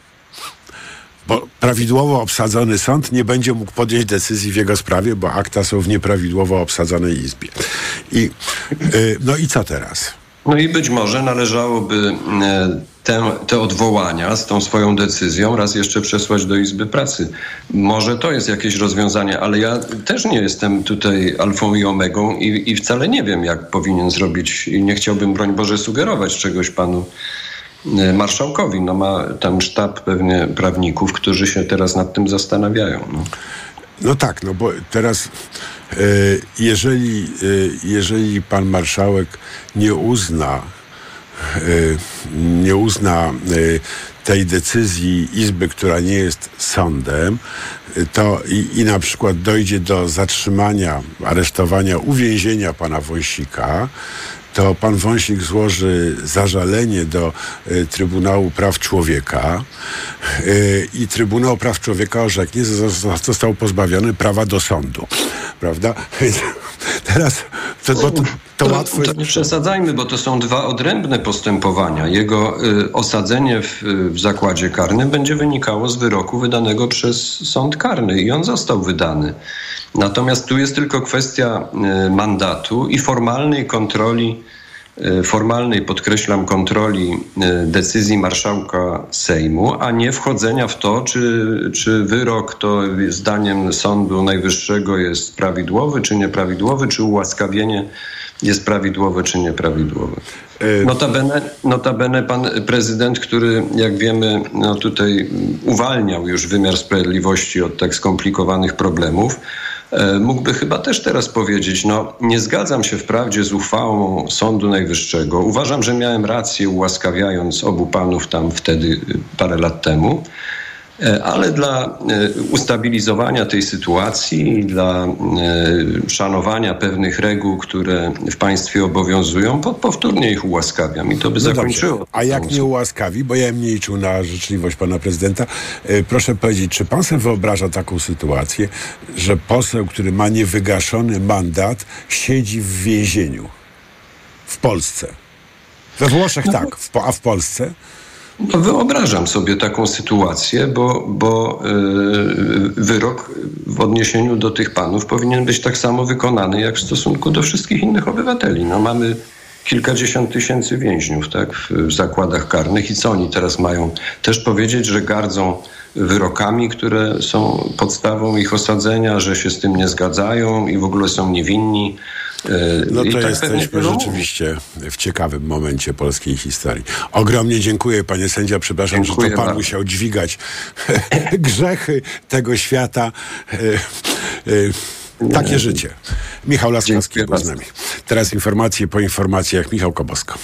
Bo prawidłowo obsadzony sąd nie będzie mógł podjąć decyzji w jego sprawie, bo akta są w nieprawidłowo obsadzonej Izbie. I, yy, no i co teraz? No i być może należałoby te, te odwołania z tą swoją decyzją raz jeszcze przesłać do Izby Pracy. Może to jest jakieś rozwiązanie, ale ja też nie jestem tutaj alfą i omegą i, i wcale nie wiem, jak powinien zrobić i nie chciałbym, broń Boże, sugerować czegoś panu marszałkowi. No ma tam sztab pewnie prawników, którzy się teraz nad tym zastanawiają. No, no tak, no bo teraz jeżeli, jeżeli pan marszałek nie uzna nie uzna tej decyzji Izby, która nie jest sądem, to i, i na przykład dojdzie do zatrzymania, aresztowania, uwięzienia pana Wąsika, to pan Wąsik złoży zażalenie do y, Trybunału Praw Człowieka y, i Trybunał Praw Człowieka orzeknie, że został pozbawiony prawa do sądu. Prawda? Teraz to, bo to, to, to łatwo jest... To nie przesadzajmy, bo to są dwa odrębne postępowania. Jego y, osadzenie w, w zakładzie karnym będzie wynikało z wyroku wydanego przez sąd karny i on został wydany. Natomiast tu jest tylko kwestia mandatu i formalnej kontroli, formalnej, podkreślam, kontroli decyzji marszałka Sejmu, a nie wchodzenia w to, czy, czy wyrok to zdaniem Sądu Najwyższego jest prawidłowy, czy nieprawidłowy, czy ułaskawienie jest prawidłowe, czy nieprawidłowe. Notabene, notabene pan prezydent, który, jak wiemy, no tutaj uwalniał już wymiar sprawiedliwości od tak skomplikowanych problemów, mógłby chyba też teraz powiedzieć, no nie zgadzam się wprawdzie z uchwałą Sądu Najwyższego. Uważam, że miałem rację, ułaskawiając obu panów tam wtedy parę lat temu, ale dla ustabilizowania tej sytuacji i dla szanowania pewnych reguł, które w państwie obowiązują, powtórnie ich ułaskawiam i to by no zakończyło. Dobrze. A jak nie ułaskawi, bo ja bym nie liczył na życzliwość pana prezydenta, proszę powiedzieć, czy pan sobie wyobraża taką sytuację, że poseł, który ma niewygaszony mandat, siedzi w więzieniu w Polsce? We Włoszech tak, a w Polsce? No, wyobrażam sobie taką sytuację, bo, bo yy, wyrok w odniesieniu do tych panów powinien być tak samo wykonany jak w stosunku do wszystkich innych obywateli. No, mamy kilkadziesiąt tysięcy więźniów, tak, w, w zakładach karnych i co oni teraz mają też powiedzieć, że gardzą wyrokami, które są podstawą ich osadzenia, że się z tym nie zgadzają i w ogóle są niewinni. No to tak jesteśmy rzeczywiście w ciekawym momencie polskiej historii. Ogromnie dziękuję, panie sędzia. Przepraszam, dziękuję, że to pan bardzo musiał dźwigać grzechy tego świata. Takie życie. Michał Laskowski był z nami. Teraz informacje po informacjach. Michał Kobosko.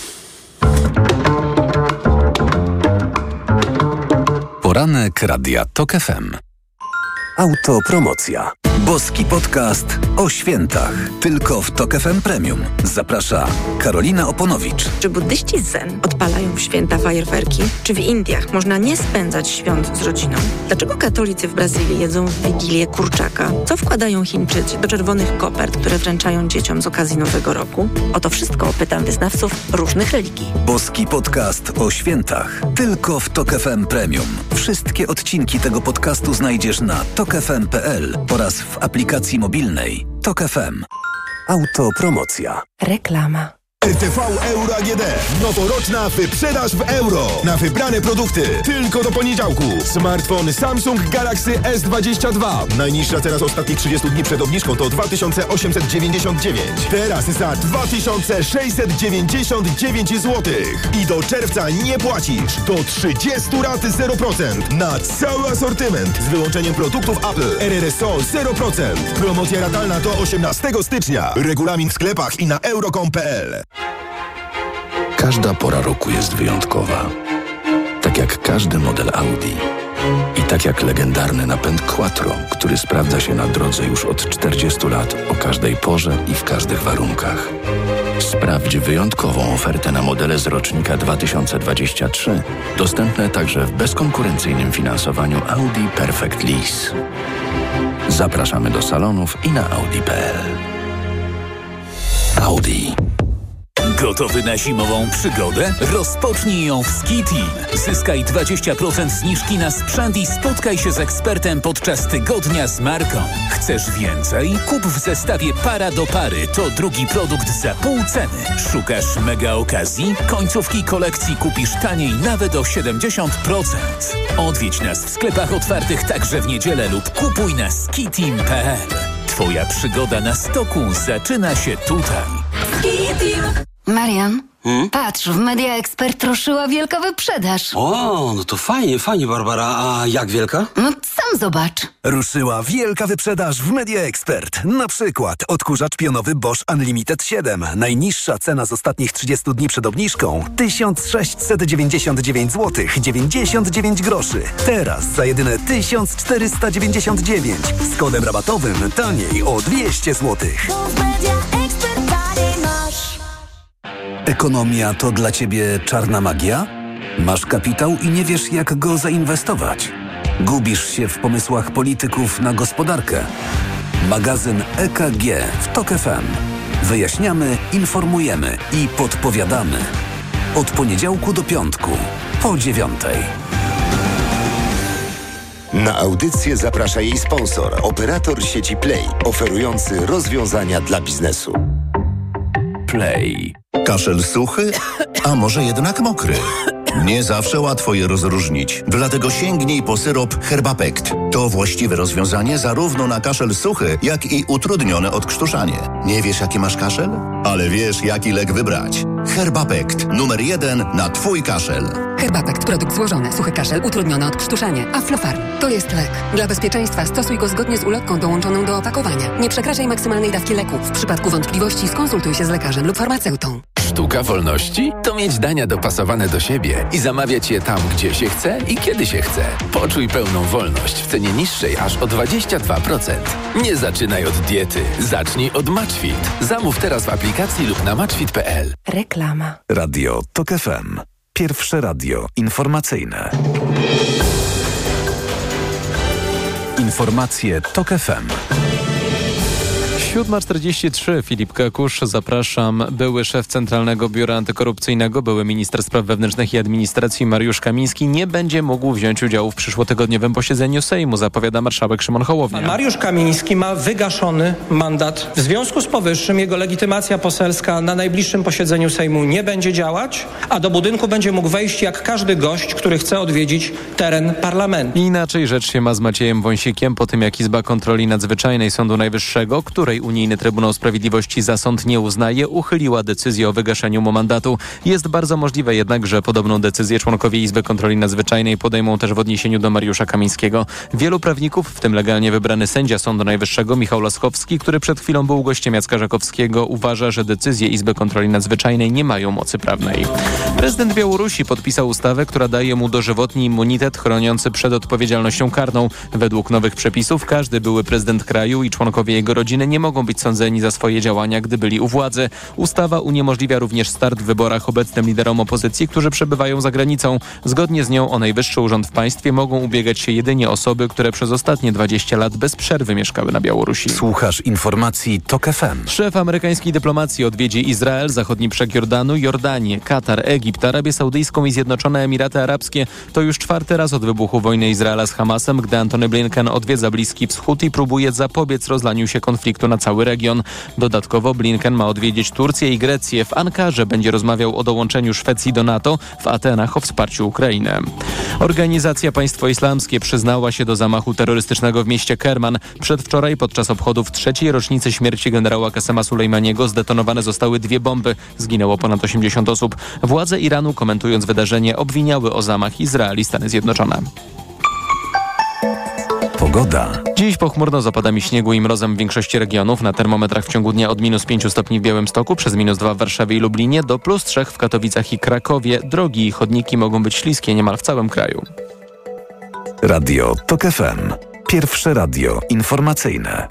Poranek Radia Tok F M. Autopromocja. Boski podcast o świętach. Tylko w Tok F M Premium. Zaprasza Karolina Oponowicz. Czy buddyści zen odpalają w święta fajerwerki? Czy w Indiach można nie spędzać świąt z rodziną? Dlaczego katolicy w Brazylii jedzą w Wigilię kurczaka? Co wkładają Chińczycy do czerwonych kopert, które wręczają dzieciom z okazji Nowego Roku? O to wszystko pytam wyznawców różnych religii. Boski podcast o świętach. Tylko w Tok F M Premium. Wszystkie odcinki tego podcastu znajdziesz na tok f m kropka p l oraz w aplikacji mobilnej Tok F M. Autopromocja. Reklama. R T V Euro A G D. Noworoczna wyprzedaż w euro. Na wybrane produkty. Tylko do poniedziałku. Smartfon Samsung Galaxy S dwadzieścia dwa. Najniższa cena z ostatnich trzydziestu dni przed obniżką to dwa tysiące osiemset dziewięćdziesiąt dziewięć. Teraz za dwa tysiące sześćset dziewięćdziesiąt dziewięć złotych. I do czerwca nie płacisz. Do trzydziestu rat zero procent. Na cały asortyment. Z wyłączeniem produktów Apple. R R S O zero procent. Promocja ratalna do osiemnastego stycznia. Regulamin w sklepach i na euro kropka com kropka p l. Każda pora roku jest wyjątkowa. Tak jak każdy model Audi. I tak jak legendarny napęd Quattro, który sprawdza się na drodze już od czterdziestu lat o każdej porze i w każdych warunkach. Sprawdź wyjątkową ofertę na modele z rocznika dwa tysiące dwudziesty trzeci, dostępne także w bezkonkurencyjnym finansowaniu Audi Perfect Lease. Zapraszamy do salonów i na audi kropka p l. Audi. Gotowy na zimową przygodę? Rozpocznij ją w Ski Team. Zyskaj dwadzieścia procent zniżki na sprzęt i spotkaj się z ekspertem podczas tygodnia z marką. Chcesz więcej? Kup w zestawie para do pary. To drugi produkt za pół ceny. Szukasz mega okazji? Końcówki kolekcji kupisz taniej nawet o siedemdziesiąt procent. Odwiedź nas w sklepach otwartych także w niedzielę lub kupuj na ski team kropka p l. Twoja przygoda na stoku zaczyna się tutaj. Ski Team. Marian, hmm? patrz, w Media Expert ruszyła wielka wyprzedaż. O, no to fajnie, fajnie, Barbara. A jak wielka? No sam zobacz. Ruszyła wielka wyprzedaż w Media Expert. Na przykład odkurzacz pionowy Bosch Unlimited siedem. Najniższa cena z ostatnich trzydziestu dni przed obniżką tysiąc sześćset dziewięćdziesiąt dziewięć złotych dziewięćdziesiąt dziewięć groszy. Teraz za jedyne tysiąc czterysta dziewięćdziesiąt dziewięć. Z kodem rabatowym taniej o dwieście złotych. Ekonomia to dla Ciebie czarna magia? Masz kapitał i nie wiesz, jak go zainwestować? Gubisz się w pomysłach polityków na gospodarkę? Magazyn E K G w Tok F M. Wyjaśniamy, informujemy i podpowiadamy. Od poniedziałku do piątku, po dziewiątej. Na audycję zaprasza jej sponsor, operator sieci Play, oferujący rozwiązania dla biznesu. Play. Kaszel suchy? A może jednak mokry? Nie zawsze łatwo je rozróżnić, dlatego sięgnij po syrop Herbapekt. To właściwe rozwiązanie zarówno na kaszel suchy, jak i utrudnione odkrztuszanie. Nie wiesz, jaki masz kaszel? Ale wiesz, jaki lek wybrać. Herbapekt. Numer jeden na twój kaszel. Herbapekt. Produkt złożony. Suchy kaszel, utrudnione odkrztuszanie. Aflofarm. To jest lek. Dla bezpieczeństwa stosuj go zgodnie z ulotką dołączoną do opakowania. Nie przekraczaj maksymalnej dawki leku. W przypadku wątpliwości skonsultuj się z lekarzem lub farmaceutą. Sztuka wolności to mieć dania dopasowane do siebie i zamawiać je tam, gdzie się chce i kiedy się chce. Poczuj pełną wolność w cenie niższej aż o dwadzieścia dwa procent. Nie zaczynaj od diety. Zacznij od Matchfit. Zamów teraz w aplikacji lub na matchfit kropka p l. Reklama. Radio TOK F M. Pierwsze radio informacyjne. Informacje TOK F M. siódma czterdzieści trzy. Filip Kakusz, zapraszam. Były szef Centralnego Biura Antykorupcyjnego, były minister spraw wewnętrznych i administracji Mariusz Kamiński nie będzie mógł wziąć udziału w przyszłotygodniowym posiedzeniu Sejmu, zapowiada marszałek Szymon Hołownia. Mariusz Kamiński ma wygaszony mandat. W związku z powyższym jego legitymacja poselska na najbliższym posiedzeniu Sejmu nie będzie działać, a do budynku będzie mógł wejść jak każdy gość, który chce odwiedzić teren parlamentu. Inaczej rzecz się ma z Maciejem Wąsikiem po tym, jak Izba Kontroli Nadzwyczajnej Sądu Najwyższego, której Unijny Trybunał Sprawiedliwości za sąd nie uznaje, uchyliła decyzję o wygaszeniu mu mandatu. Jest bardzo możliwe jednak, że podobną decyzję członkowie Izby Kontroli Nadzwyczajnej podejmą też w odniesieniu do Mariusza Kamińskiego. Wielu prawników, w tym legalnie wybrany sędzia Sądu Najwyższego Michał Laskowski, który przed chwilą był gościem Jacka Żakowskiego, uważa, że decyzje Izby Kontroli Nadzwyczajnej nie mają mocy prawnej. Prezydent Białorusi podpisał ustawę, która daje mu dożywotni immunitet chroniący przed odpowiedzialnością karną. Według nowych przepisów każdy były prezydent kraju i członkowie jego rodziny nie mogą być sądzeni za swoje działania, gdy byli u władzy. Ustawa uniemożliwia również start w wyborach obecnym liderom opozycji, którzy przebywają za granicą. Zgodnie z nią o najwyższy urząd w państwie mogą ubiegać się jedynie osoby, które przez ostatnie dwadzieścia lat bez przerwy mieszkały na Białorusi. Słuchasz informacji TOK F M. Szef amerykańskiej dyplomacji odwiedzi Izrael, zachodni brzeg Jordanu, Jordanię, Katar, Egipt, Arabię Saudyjską i Zjednoczone Emiraty Arabskie. To już czwarty raz od wybuchu wojny Izraela z Hamasem, gdy Antony Blinken odwiedza Bliski Wschód i próbuje zapobiec rozlaniu się konfliktu na cały region. Dodatkowo Blinken ma odwiedzić Turcję i Grecję. W Ankarze będzie rozmawiał o dołączeniu Szwecji do NATO, w Atenach o wsparciu Ukrainy. Organizacja Państwo Islamskie przyznała się do zamachu terrorystycznego w mieście Kerman. Przedwczoraj podczas obchodów trzeciej rocznicy śmierci generała Kasema Sulejmaniego zdetonowane zostały dwie bomby. Zginęło ponad osiemdziesiąt osób. Władze Iranu, komentując wydarzenie, obwiniały o zamach Izrael i Stany Zjednoczone. Pogoda. Dziś pochmurno z opadami śniegu i mrozem w większości regionów. Na termometrach w ciągu dnia od minus pięciu stopni w Białymstoku, przez minus dwa w Warszawie i Lublinie, do plus trzech w Katowicach i Krakowie. Drogi i chodniki mogą być śliskie niemal w całym kraju. Radio TOK F M. Pierwsze radio informacyjne.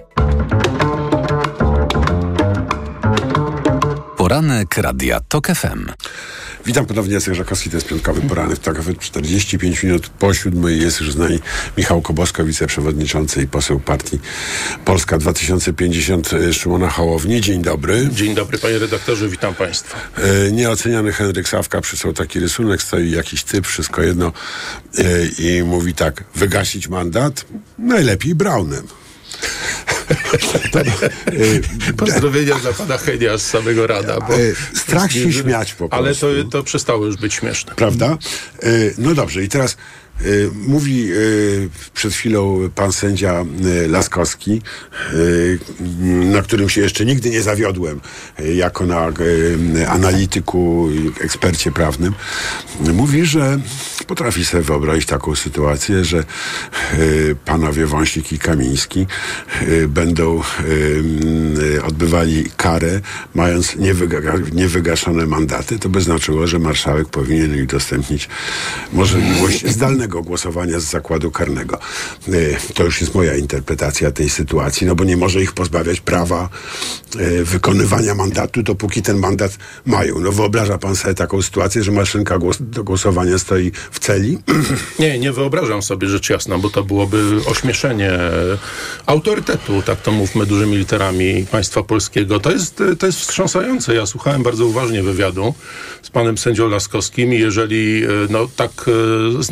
Poranek Radia TOK F M. Witam ponownie, Jacek Żakowski, to jest piątkowy poranek w TOK F M. czterdzieści pięć minut po siódmej jest już z nami Michał Kobosko, wiceprzewodniczący i poseł partii Polska dwa tysiące pięćdziesiąt Szymona Hołowni. Dzień dobry. Dzień dobry, panie redaktorze, witam państwa. E, nieoceniany Henryk Sawka przysłał taki rysunek, stoi jakiś typ, wszystko jedno e, i mówi tak: wygasić mandat? Najlepiej brownem. To, pozdrowienia dla pana Henia z samego rana. Bo strach się śmiać po prostu. Ale to, to przestało już być śmieszne. Prawda? No dobrze, i teraz mówi przed chwilą pan sędzia Laskowski, na którym się jeszcze nigdy nie zawiodłem jako na analityku i ekspercie prawnym. Mówi, że potrafi sobie wyobrazić taką sytuację, że panowie Wąsik i Kamiński będą odbywali karę, mając niewyga- niewygaszone mandaty. To by znaczyło, że marszałek powinien im udostępnić możliwość zdalnego głosowania z zakładu karnego. To już jest moja interpretacja tej sytuacji, no bo nie może ich pozbawiać prawa wykonywania mandatu, dopóki ten mandat mają. No wyobraża pan sobie taką sytuację, że maszynka głos- do głosowania stoi w celi? Nie, nie wyobrażam sobie, rzecz jasna, bo to byłoby ośmieszenie autorytetu, tak to mówmy dużymi literami, państwa polskiego. To jest, to jest wstrząsające. Ja słuchałem bardzo uważnie wywiadu z panem sędzią Laskowskim i jeżeli no, tak znany autorytet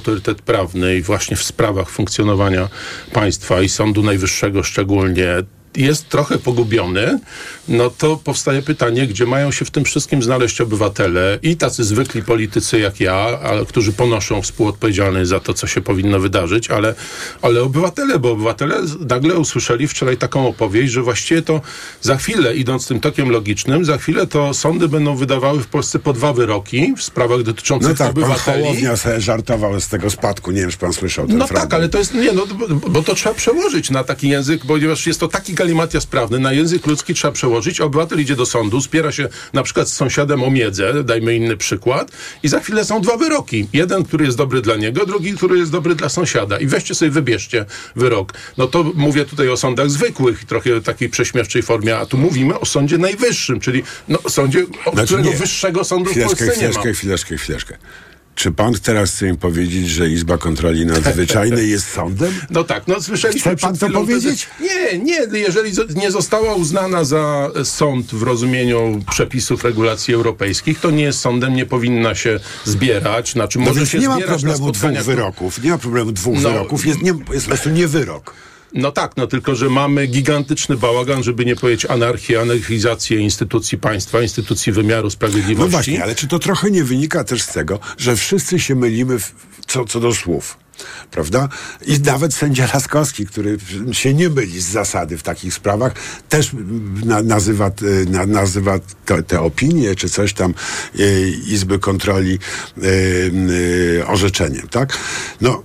autorytet prawny i właśnie w sprawach funkcjonowania państwa i Sądu Najwyższego szczególnie jest trochę pogubiony, no to powstaje pytanie, gdzie mają się w tym wszystkim znaleźć obywatele i tacy zwykli politycy jak ja, ale, którzy ponoszą współodpowiedzialność za to, co się powinno wydarzyć, ale, ale obywatele, bo obywatele nagle usłyszeli wczoraj taką opowieść, że właściwie to za chwilę, idąc tym tokiem logicznym, za chwilę to sądy będą wydawały w Polsce po dwa wyroki w sprawach dotyczących no tak, obywateli. Pan Hołownia sobie żartował z tego spadku, nie wiem, czy pan słyszał ten No fragment. tak, ale to jest, nie, no, bo, bo to trzeba przełożyć na taki język, ponieważ jest to taki galimatias prawny, na język ludzki trzeba przełożyć. Obywatel idzie do sądu, spiera się na przykład z sąsiadem o miedzę, dajmy inny przykład, i za chwilę są dwa wyroki. Jeden, który jest dobry dla niego, drugi, który jest dobry dla sąsiada. I weźcie sobie, wybierzcie wyrok. No to mówię tutaj o sądach zwykłych, trochę takiej prześmiewczej formie, a tu mówimy o Sądzie Najwyższym, czyli no, sądzie, o Znaczy którego nie. wyższego sądu chwileczkę, w Polsce nie ma. chwileczkę, chwileczkę, chwileczkę. Czy pan teraz chce mi powiedzieć, że Izba Kontroli Nadzwyczajnej jest sądem? No tak, no słyszeliśmy Chce pan przed to chwilą powiedzieć? Te... Nie, nie, jeżeli nie została uznana za sąd w rozumieniu przepisów regulacji europejskich, to nie jest sądem, nie powinna się zbierać, znaczy No może więc się nie ma zbierać na problemu dwóch spotkaniach. wyroków, nie ma problemu dwóch No. wyroków, jest, nie, jest po prostu nie wyrok. No tak, no tylko, że mamy gigantyczny bałagan, żeby nie powiedzieć anarchię, anarchizację instytucji państwa, instytucji wymiaru sprawiedliwości. No właśnie, ale czy to trochę nie wynika też z tego, że wszyscy się mylimy w, co, co do słów? Prawda? I nawet sędzia Laskowski, który się nie myli z zasady w takich sprawach, też na, nazywa, na, nazywa te, te opinie, czy coś tam e, Izby Kontroli e, e, orzeczeniem, tak? No,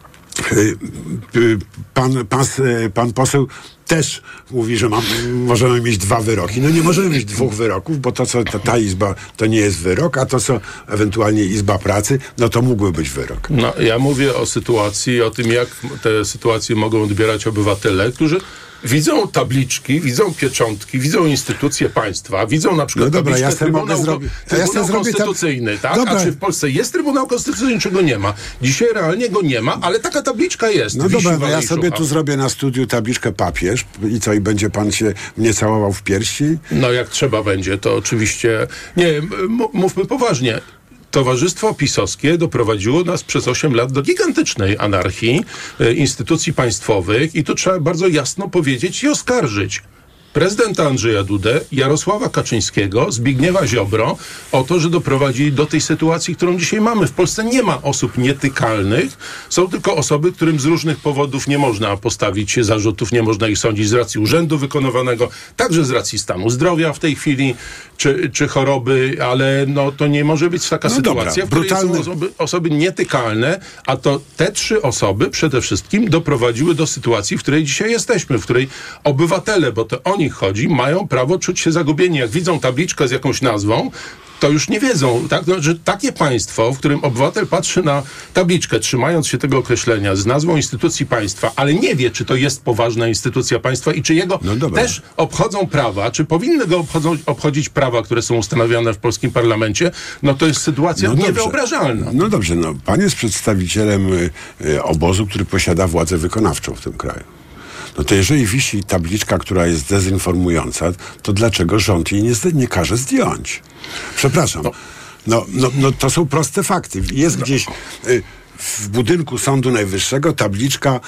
Pan, pan, pan poseł też mówi, że mam, możemy mieć dwa wyroki. No nie możemy mieć dwóch wyroków, bo to, co ta, ta izba, to nie jest wyrok, a to, co ewentualnie Izba Pracy, no to mógłby być wyrok. No, ja mówię o sytuacji, o tym, jak te sytuacje mogą odbierać obywatele, którzy widzą tabliczki, widzą pieczątki, widzą instytucje państwa, widzą na przykład no dobra, tabliczkę ja Trybunał, Trybunał, zrobię, Trybunał ja Konstytucyjny, tam... tak? Dobra. A czy w Polsce jest Trybunał Konstytucyjny, czy go nie ma? Dzisiaj realnie go nie ma, ale taka tabliczka jest. No dobra, no ja sobie tu zrobię na studiu tabliczkę papież i co, i będzie pan się mnie całował w piersi? No jak trzeba będzie, to oczywiście... Nie, m- mówmy poważnie. Towarzystwo pisowskie doprowadziło nas przez osiem lat do gigantycznej anarchii e, instytucji państwowych i tu trzeba bardzo jasno powiedzieć i oskarżyć prezydenta Andrzeja Dudę, Jarosława Kaczyńskiego, Zbigniewa Ziobro o to, że doprowadzili do tej sytuacji, którą dzisiaj mamy. W Polsce nie ma osób nietykalnych, są tylko osoby, którym z różnych powodów nie można postawić zarzutów, nie można ich sądzić z racji urzędu wykonywanego, także z racji stanu zdrowia w tej chwili, czy, czy choroby, ale no, to nie może być taka no sytuacja, dobra, w której brutalny... są osoby, osoby nietykalne, a to te trzy osoby przede wszystkim doprowadziły do sytuacji, w której dzisiaj jesteśmy, w której obywatele, bo to o nich chodzi, mają prawo czuć się zagubieni. Jak widzą tabliczkę z jakąś nazwą, to już nie wiedzą, tak? No, że takie państwo, w którym obywatel patrzy na tabliczkę, trzymając się tego określenia z nazwą instytucji państwa, ale nie wie, czy to jest poważna instytucja państwa i czy jego no też obchodzą prawa, czy powinny go obchodzą, obchodzić prawa, które są ustanowione w polskim parlamencie, no to jest sytuacja no niewyobrażalna. No dobrze, no pan jest przedstawicielem y, y, obozu, który posiada władzę wykonawczą w tym kraju. No to jeżeli wisi tabliczka, która jest dezinformująca, to dlaczego rząd jej nie, nie każe zdjąć? Przepraszam. No, no, no, no to są proste fakty. Jest gdzieś y, w budynku Sądu Najwyższego tabliczka,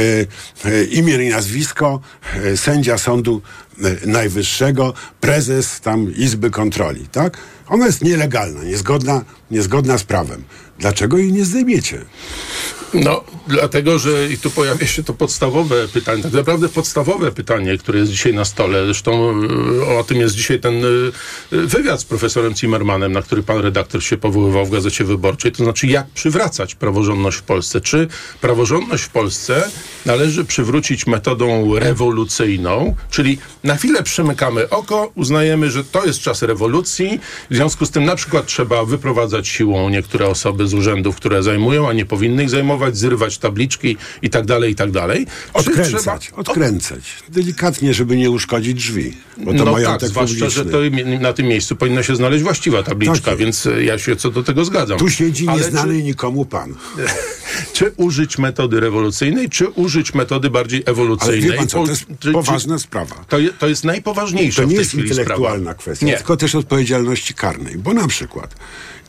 y, y, imię i nazwisko, y, sędzia Sądu y, Najwyższego, prezes tam Izby Kontroli, tak? Ona jest nielegalna, niezgodna, niezgodna z prawem. Dlaczego jej nie zdejmiecie? No, dlatego, że i tu pojawia się to podstawowe pytanie, tak naprawdę podstawowe pytanie, które jest dzisiaj na stole. Zresztą o tym jest dzisiaj ten wywiad z profesorem Zimmermanem, na który pan redaktor się powoływał w Gazecie Wyborczej. To znaczy, jak przywracać praworządność w Polsce? Czy praworządność w Polsce należy przywrócić metodą rewolucyjną, czyli na chwilę przymykamy oko, uznajemy, że to jest czas rewolucji, w związku z tym na przykład trzeba wyprowadzać siłą niektóre osoby z urzędów, które zajmują, a nie powinny ich zajmować, zrywać tabliczki i tak dalej, i tak dalej. Odkręcać, trzeba... odkręcać. Delikatnie, żeby nie uszkodzić drzwi. Bo to no majątek tak, zwłaszcza, publiczny. że to na tym miejscu powinna się znaleźć właściwa tabliczka, tak, więc ja się co do tego zgadzam. Tu siedzi Ale nieznany czy... nikomu pan. Czy użyć metody rewolucyjnej, czy użyć metody bardziej ewolucyjnej? Ale wie pan co, to jest czy, poważna czy... sprawa. To, je, to jest najpoważniejsza To nie w tej jest chwili intelektualna sprawa. kwestia, Nie. tylko też odpowiedzialności karnej. Bo na przykład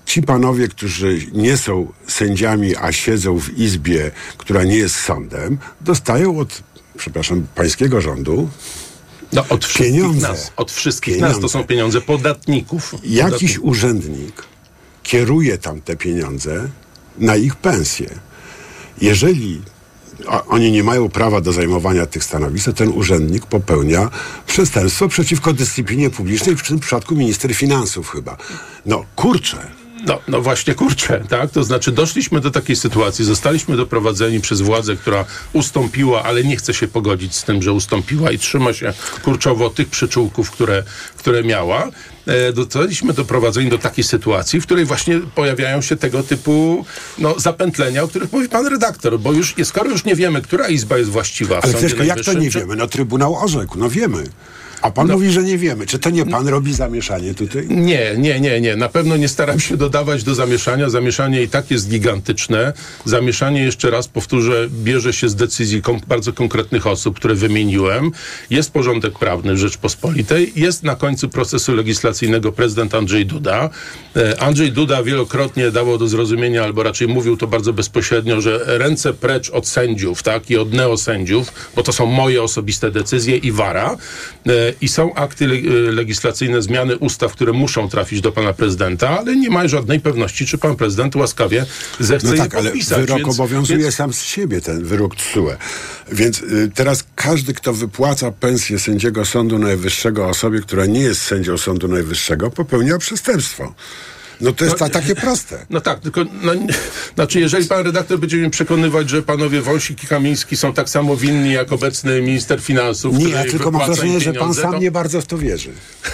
ci panowie, którzy nie są sędziami, a siedzą w izbie, która nie jest sądem, dostają od, przepraszam, pańskiego rządu no, od wszystkich pieniądze. nas. Od wszystkich pieniądze. nas to są pieniądze podatników. Jakiś podatników. urzędnik kieruje tam te pieniądze na ich pensje. Jeżeli a oni nie mają prawa do zajmowania tych stanowisk, to ten urzędnik popełnia przestępstwo przeciwko dyscyplinie publicznej, w tym przypadku minister finansów chyba. No kurczę. No, no właśnie, kurczę, tak? To znaczy doszliśmy do takiej sytuacji, zostaliśmy doprowadzeni przez władzę, która ustąpiła, ale nie chce się pogodzić z tym, że ustąpiła i trzyma się kurczowo tych przyczółków, które, które miała. E, zostaliśmy doprowadzeni do takiej sytuacji, w której właśnie pojawiają się tego typu no, zapętlenia, o których mówi pan redaktor, bo już, skoro już nie wiemy, która izba jest właściwa w Ale Sądzie tylko jak to nie czy... wiemy? No Trybunał orzekł, no wiemy. A pan no. mówi, że nie wiemy. Czy to nie pan robi zamieszanie tutaj? Nie, nie, nie, nie. Na pewno nie staram się dodawać do zamieszania. Zamieszanie i tak jest gigantyczne. Zamieszanie, jeszcze raz powtórzę, bierze się z decyzji kom- bardzo konkretnych osób, które wymieniłem. Jest porządek prawny w Rzeczpospolitej. Jest na końcu procesu legislacyjnego prezydent Andrzej Duda. E, Andrzej Duda wielokrotnie dało do zrozumienia, albo raczej mówił to bardzo bezpośrednio, że ręce precz od sędziów, tak, i od neosędziów, bo to są moje osobiste decyzje i wara. E, I są akty le- legislacyjne, zmiany ustaw, które muszą trafić do pana prezydenta, ale nie ma żadnej pewności, czy pan prezydent łaskawie zechce no je tak, podpisać. ale wyrok więc, obowiązuje więc... sam z siebie, ten wyrok T S U E. Więc y, teraz każdy, kto wypłaca pensję sędziego Sądu Najwyższego osobie, która nie jest sędzią Sądu Najwyższego, popełnia przestępstwo. No to jest no, ta, takie proste. No tak, tylko no, znaczy jeżeli pan redaktor będzie mnie przekonywać, że panowie Wąsik i Kamiński są tak samo winni jak obecny minister finansów, nie, ja tylko mam wrażenie, że pan sam to... nie bardzo w to wierzy.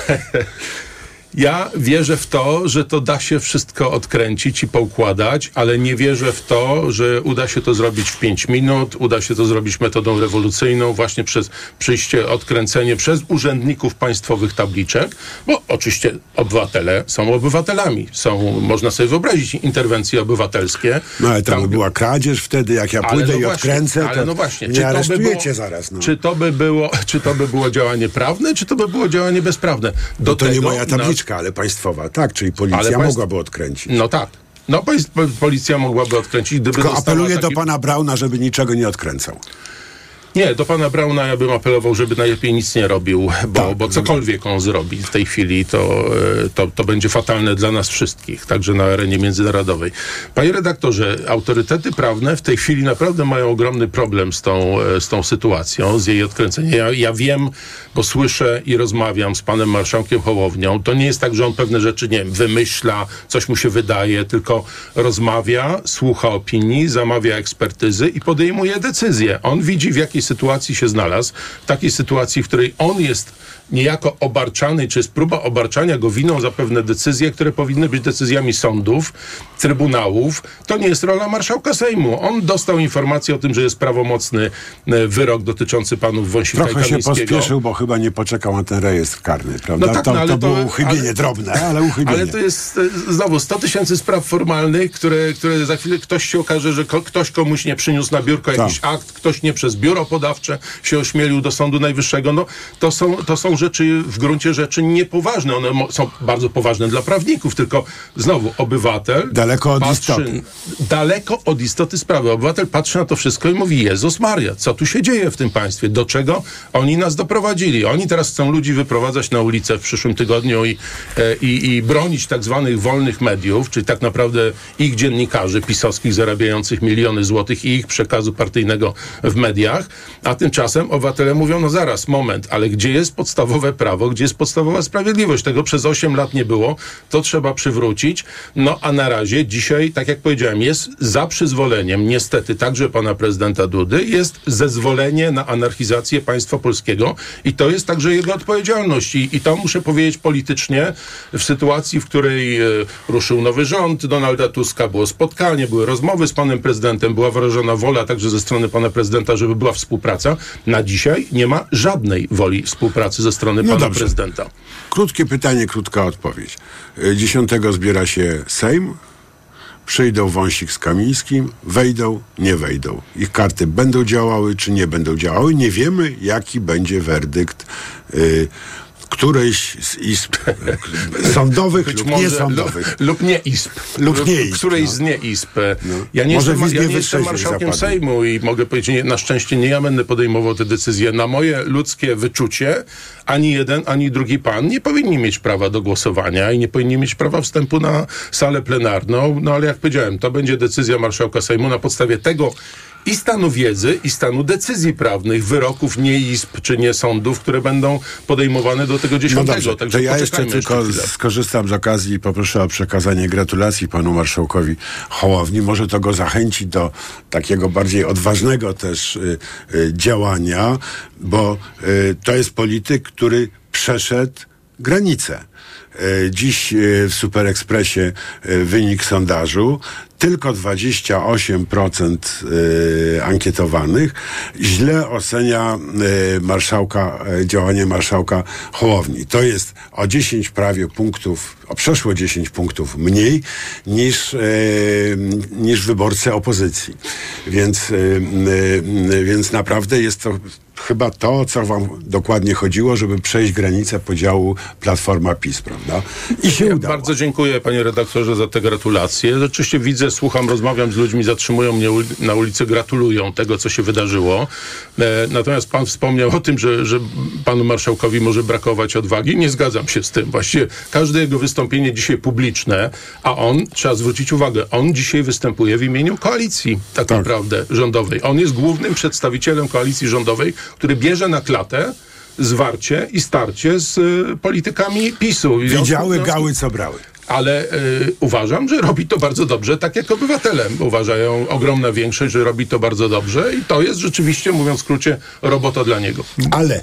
Ja wierzę w to, że to da się wszystko odkręcić i poukładać, ale nie wierzę w to, że uda się to zrobić w pięć minut, uda się to zrobić metodą rewolucyjną, właśnie przez przyjście, odkręcenie przez urzędników państwowych tabliczek, bo oczywiście obywatele są obywatelami. Są, można sobie wyobrazić, interwencje obywatelskie. No ale to Tam... by była kradzież wtedy, jak ja pójdę no i właśnie, odkręcę, to no właśnie, nie czy aresztujecie to by było, zaraz. No. Czy, to by było, czy to by było działanie prawne, czy to by było działanie bezprawne? Do no to tego, nie moja tabliczka. No, ale państwowa, tak, czyli policja państw... mogłaby odkręcić. No tak. No policja mogłaby odkręcić, gdyby Tylko apeluję taki... do pana Brauna, żeby niczego nie odkręcał. Nie, do pana Brauna ja bym apelował, żeby najlepiej nic nie robił, bo, tak, bo cokolwiek on zrobi w tej chwili, to, to, to będzie fatalne dla nas wszystkich, także na arenie międzynarodowej. Panie redaktorze, autorytety prawne w tej chwili naprawdę mają ogromny problem z tą, z tą sytuacją, z jej odkręceniem. Ja, ja wiem, bo słyszę i rozmawiam z panem marszałkiem Hołownią. To nie jest tak, że on pewne rzeczy, nie wiem, wymyśla, coś mu się wydaje, tylko rozmawia, słucha opinii, zamawia ekspertyzy i podejmuje decyzje. On widzi, w jakiej sytuacji się znalazł, w takiej sytuacji, w której on jest niejako obarczany, czy jest próba obarczania go winą za pewne decyzje, które powinny być decyzjami sądów, trybunałów. To nie jest rola marszałka Sejmu. On dostał informację o tym, że jest prawomocny wyrok dotyczący panów Wąsika Trochę i Kamińskiego. się pospieszył, bo chyba nie poczekał na ten rejestr karny, prawda? No tak, to, no, ale to to było uchybienie ale, drobne, ale uchybienie. Ale to jest znowu sto tysięcy spraw formalnych, które, które za chwilę ktoś się okaże, że ko- ktoś komuś nie przyniósł na biurko jakiś tak. akt, ktoś nie przez biuro podawcze się ośmielił do Sądu Najwyższego. No to są, to są rzeczy w gruncie rzeczy niepoważne. One mo- są bardzo poważne dla prawników, tylko znowu obywatel daleko od patrzy, istoty. Daleko od istoty sprawy. Obywatel patrzy na to wszystko i mówi: Jezus Maria, co tu się dzieje w tym państwie? Do czego oni nas doprowadzili? Oni teraz chcą ludzi wyprowadzać na ulicę w przyszłym tygodniu i, e, i, i bronić tak zwanych wolnych mediów, czyli tak naprawdę ich dziennikarzy pisowskich zarabiających miliony złotych i ich przekazu partyjnego w mediach, a tymczasem obywatele mówią: no zaraz, moment, ale gdzie jest podstawowe prawo, gdzie jest podstawowa sprawiedliwość? Tego przez osiem lat nie było, to trzeba przywrócić. No a na razie dzisiaj, tak jak powiedziałem, jest za przyzwoleniem, niestety także pana prezydenta Dudy, jest zezwolenie na anarchizację państwa polskiego i to jest także jego odpowiedzialność. I, i to muszę powiedzieć politycznie, w sytuacji, w której e, ruszył nowy rząd Donalda Tuska, było spotkanie, były rozmowy z panem prezydentem, była wyrażona wola także ze strony pana prezydenta, żeby była współpraca. Na dzisiaj nie ma żadnej woli współpracy ze strony no pana dobrze. prezydenta. Krótkie pytanie, krótka odpowiedź. Dziesiątego zbiera się Sejm, przyjdą Wąsik z Kamińskim, wejdą, nie wejdą. Ich karty będą działały, czy nie będą działały. Nie wiemy, jaki będzie werdykt, yy, którejś z izb sądowych Być lub może, niesądowych. Lub, lub nie izb. Lub nie izb, Którejś no. z nie izb. No. Ja nie Może jestem, w ja Izbie nie jestem Wyższej marszałkiem zapadnie. Sejmu i mogę powiedzieć, nie, na szczęście nie ja będę podejmował te decyzje. Na moje ludzkie wyczucie ani jeden, ani drugi pan nie powinni mieć prawa do głosowania i nie powinni mieć prawa wstępu na salę plenarną. No ale jak powiedziałem, to będzie decyzja marszałka Sejmu na podstawie tego i stanu wiedzy, i stanu decyzji prawnych, wyroków nie izb, czy nie sądów, które będą podejmowane do tego dziesiątego. No dobrze, Także to ja jeszcze tylko chwilę. skorzystam z okazji i poproszę o przekazanie gratulacji panu marszałkowi Hołowni. Może to go zachęci do takiego bardziej odważnego też y, y, działania, bo y, to jest polityk, który przeszedł granicę. Y, dziś y, w Super Expressie y, wynik sondażu. Tylko dwadzieścia osiem procent y, ankietowanych źle ocenia y, marszałka, y, działanie marszałka Hołowni. To jest o dziesięć prawie punktów, o przeszło dziesięć punktów mniej niż, y, niż wyborcy opozycji. Więc, y, y, więc naprawdę jest to chyba to, co wam dokładnie chodziło, żeby przejść granicę podziału Platforma PiS, prawda? I się Ja udało. bardzo dziękuję, panie redaktorze, za te gratulacje. Rzeczywiście widzę, słucham, rozmawiam z ludźmi, zatrzymują mnie uli- na ulicy, gratulują tego, co się wydarzyło. E, natomiast pan wspomniał o tym, że, że panu marszałkowi może brakować odwagi. Nie zgadzam się z tym. Właściwie każde jego wystąpienie dzisiaj publiczne, a on, trzeba zwrócić uwagę, on dzisiaj występuje w imieniu koalicji tak, tak. naprawdę rządowej. On jest głównym przedstawicielem koalicji rządowej, który bierze na klatę zwarcie i starcie z y, politykami PiSu. Widziały gały, co brały. Ale y, uważam, że robi to bardzo dobrze, tak jak obywatele uważają, ogromna większość, że robi to bardzo dobrze i to jest rzeczywiście, mówiąc w skrócie, robota dla niego. Ale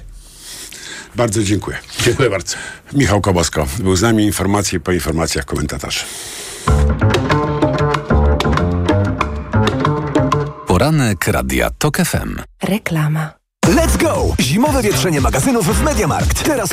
bardzo dziękuję. Dziękuję bardzo. Michał Kobosko był z nami, informacje po informacjach komentarzy. Poranek Radia Tok F M. Reklama. Let's go! Zimowe wietrzenie magazynów w MediaMarkt. Teraz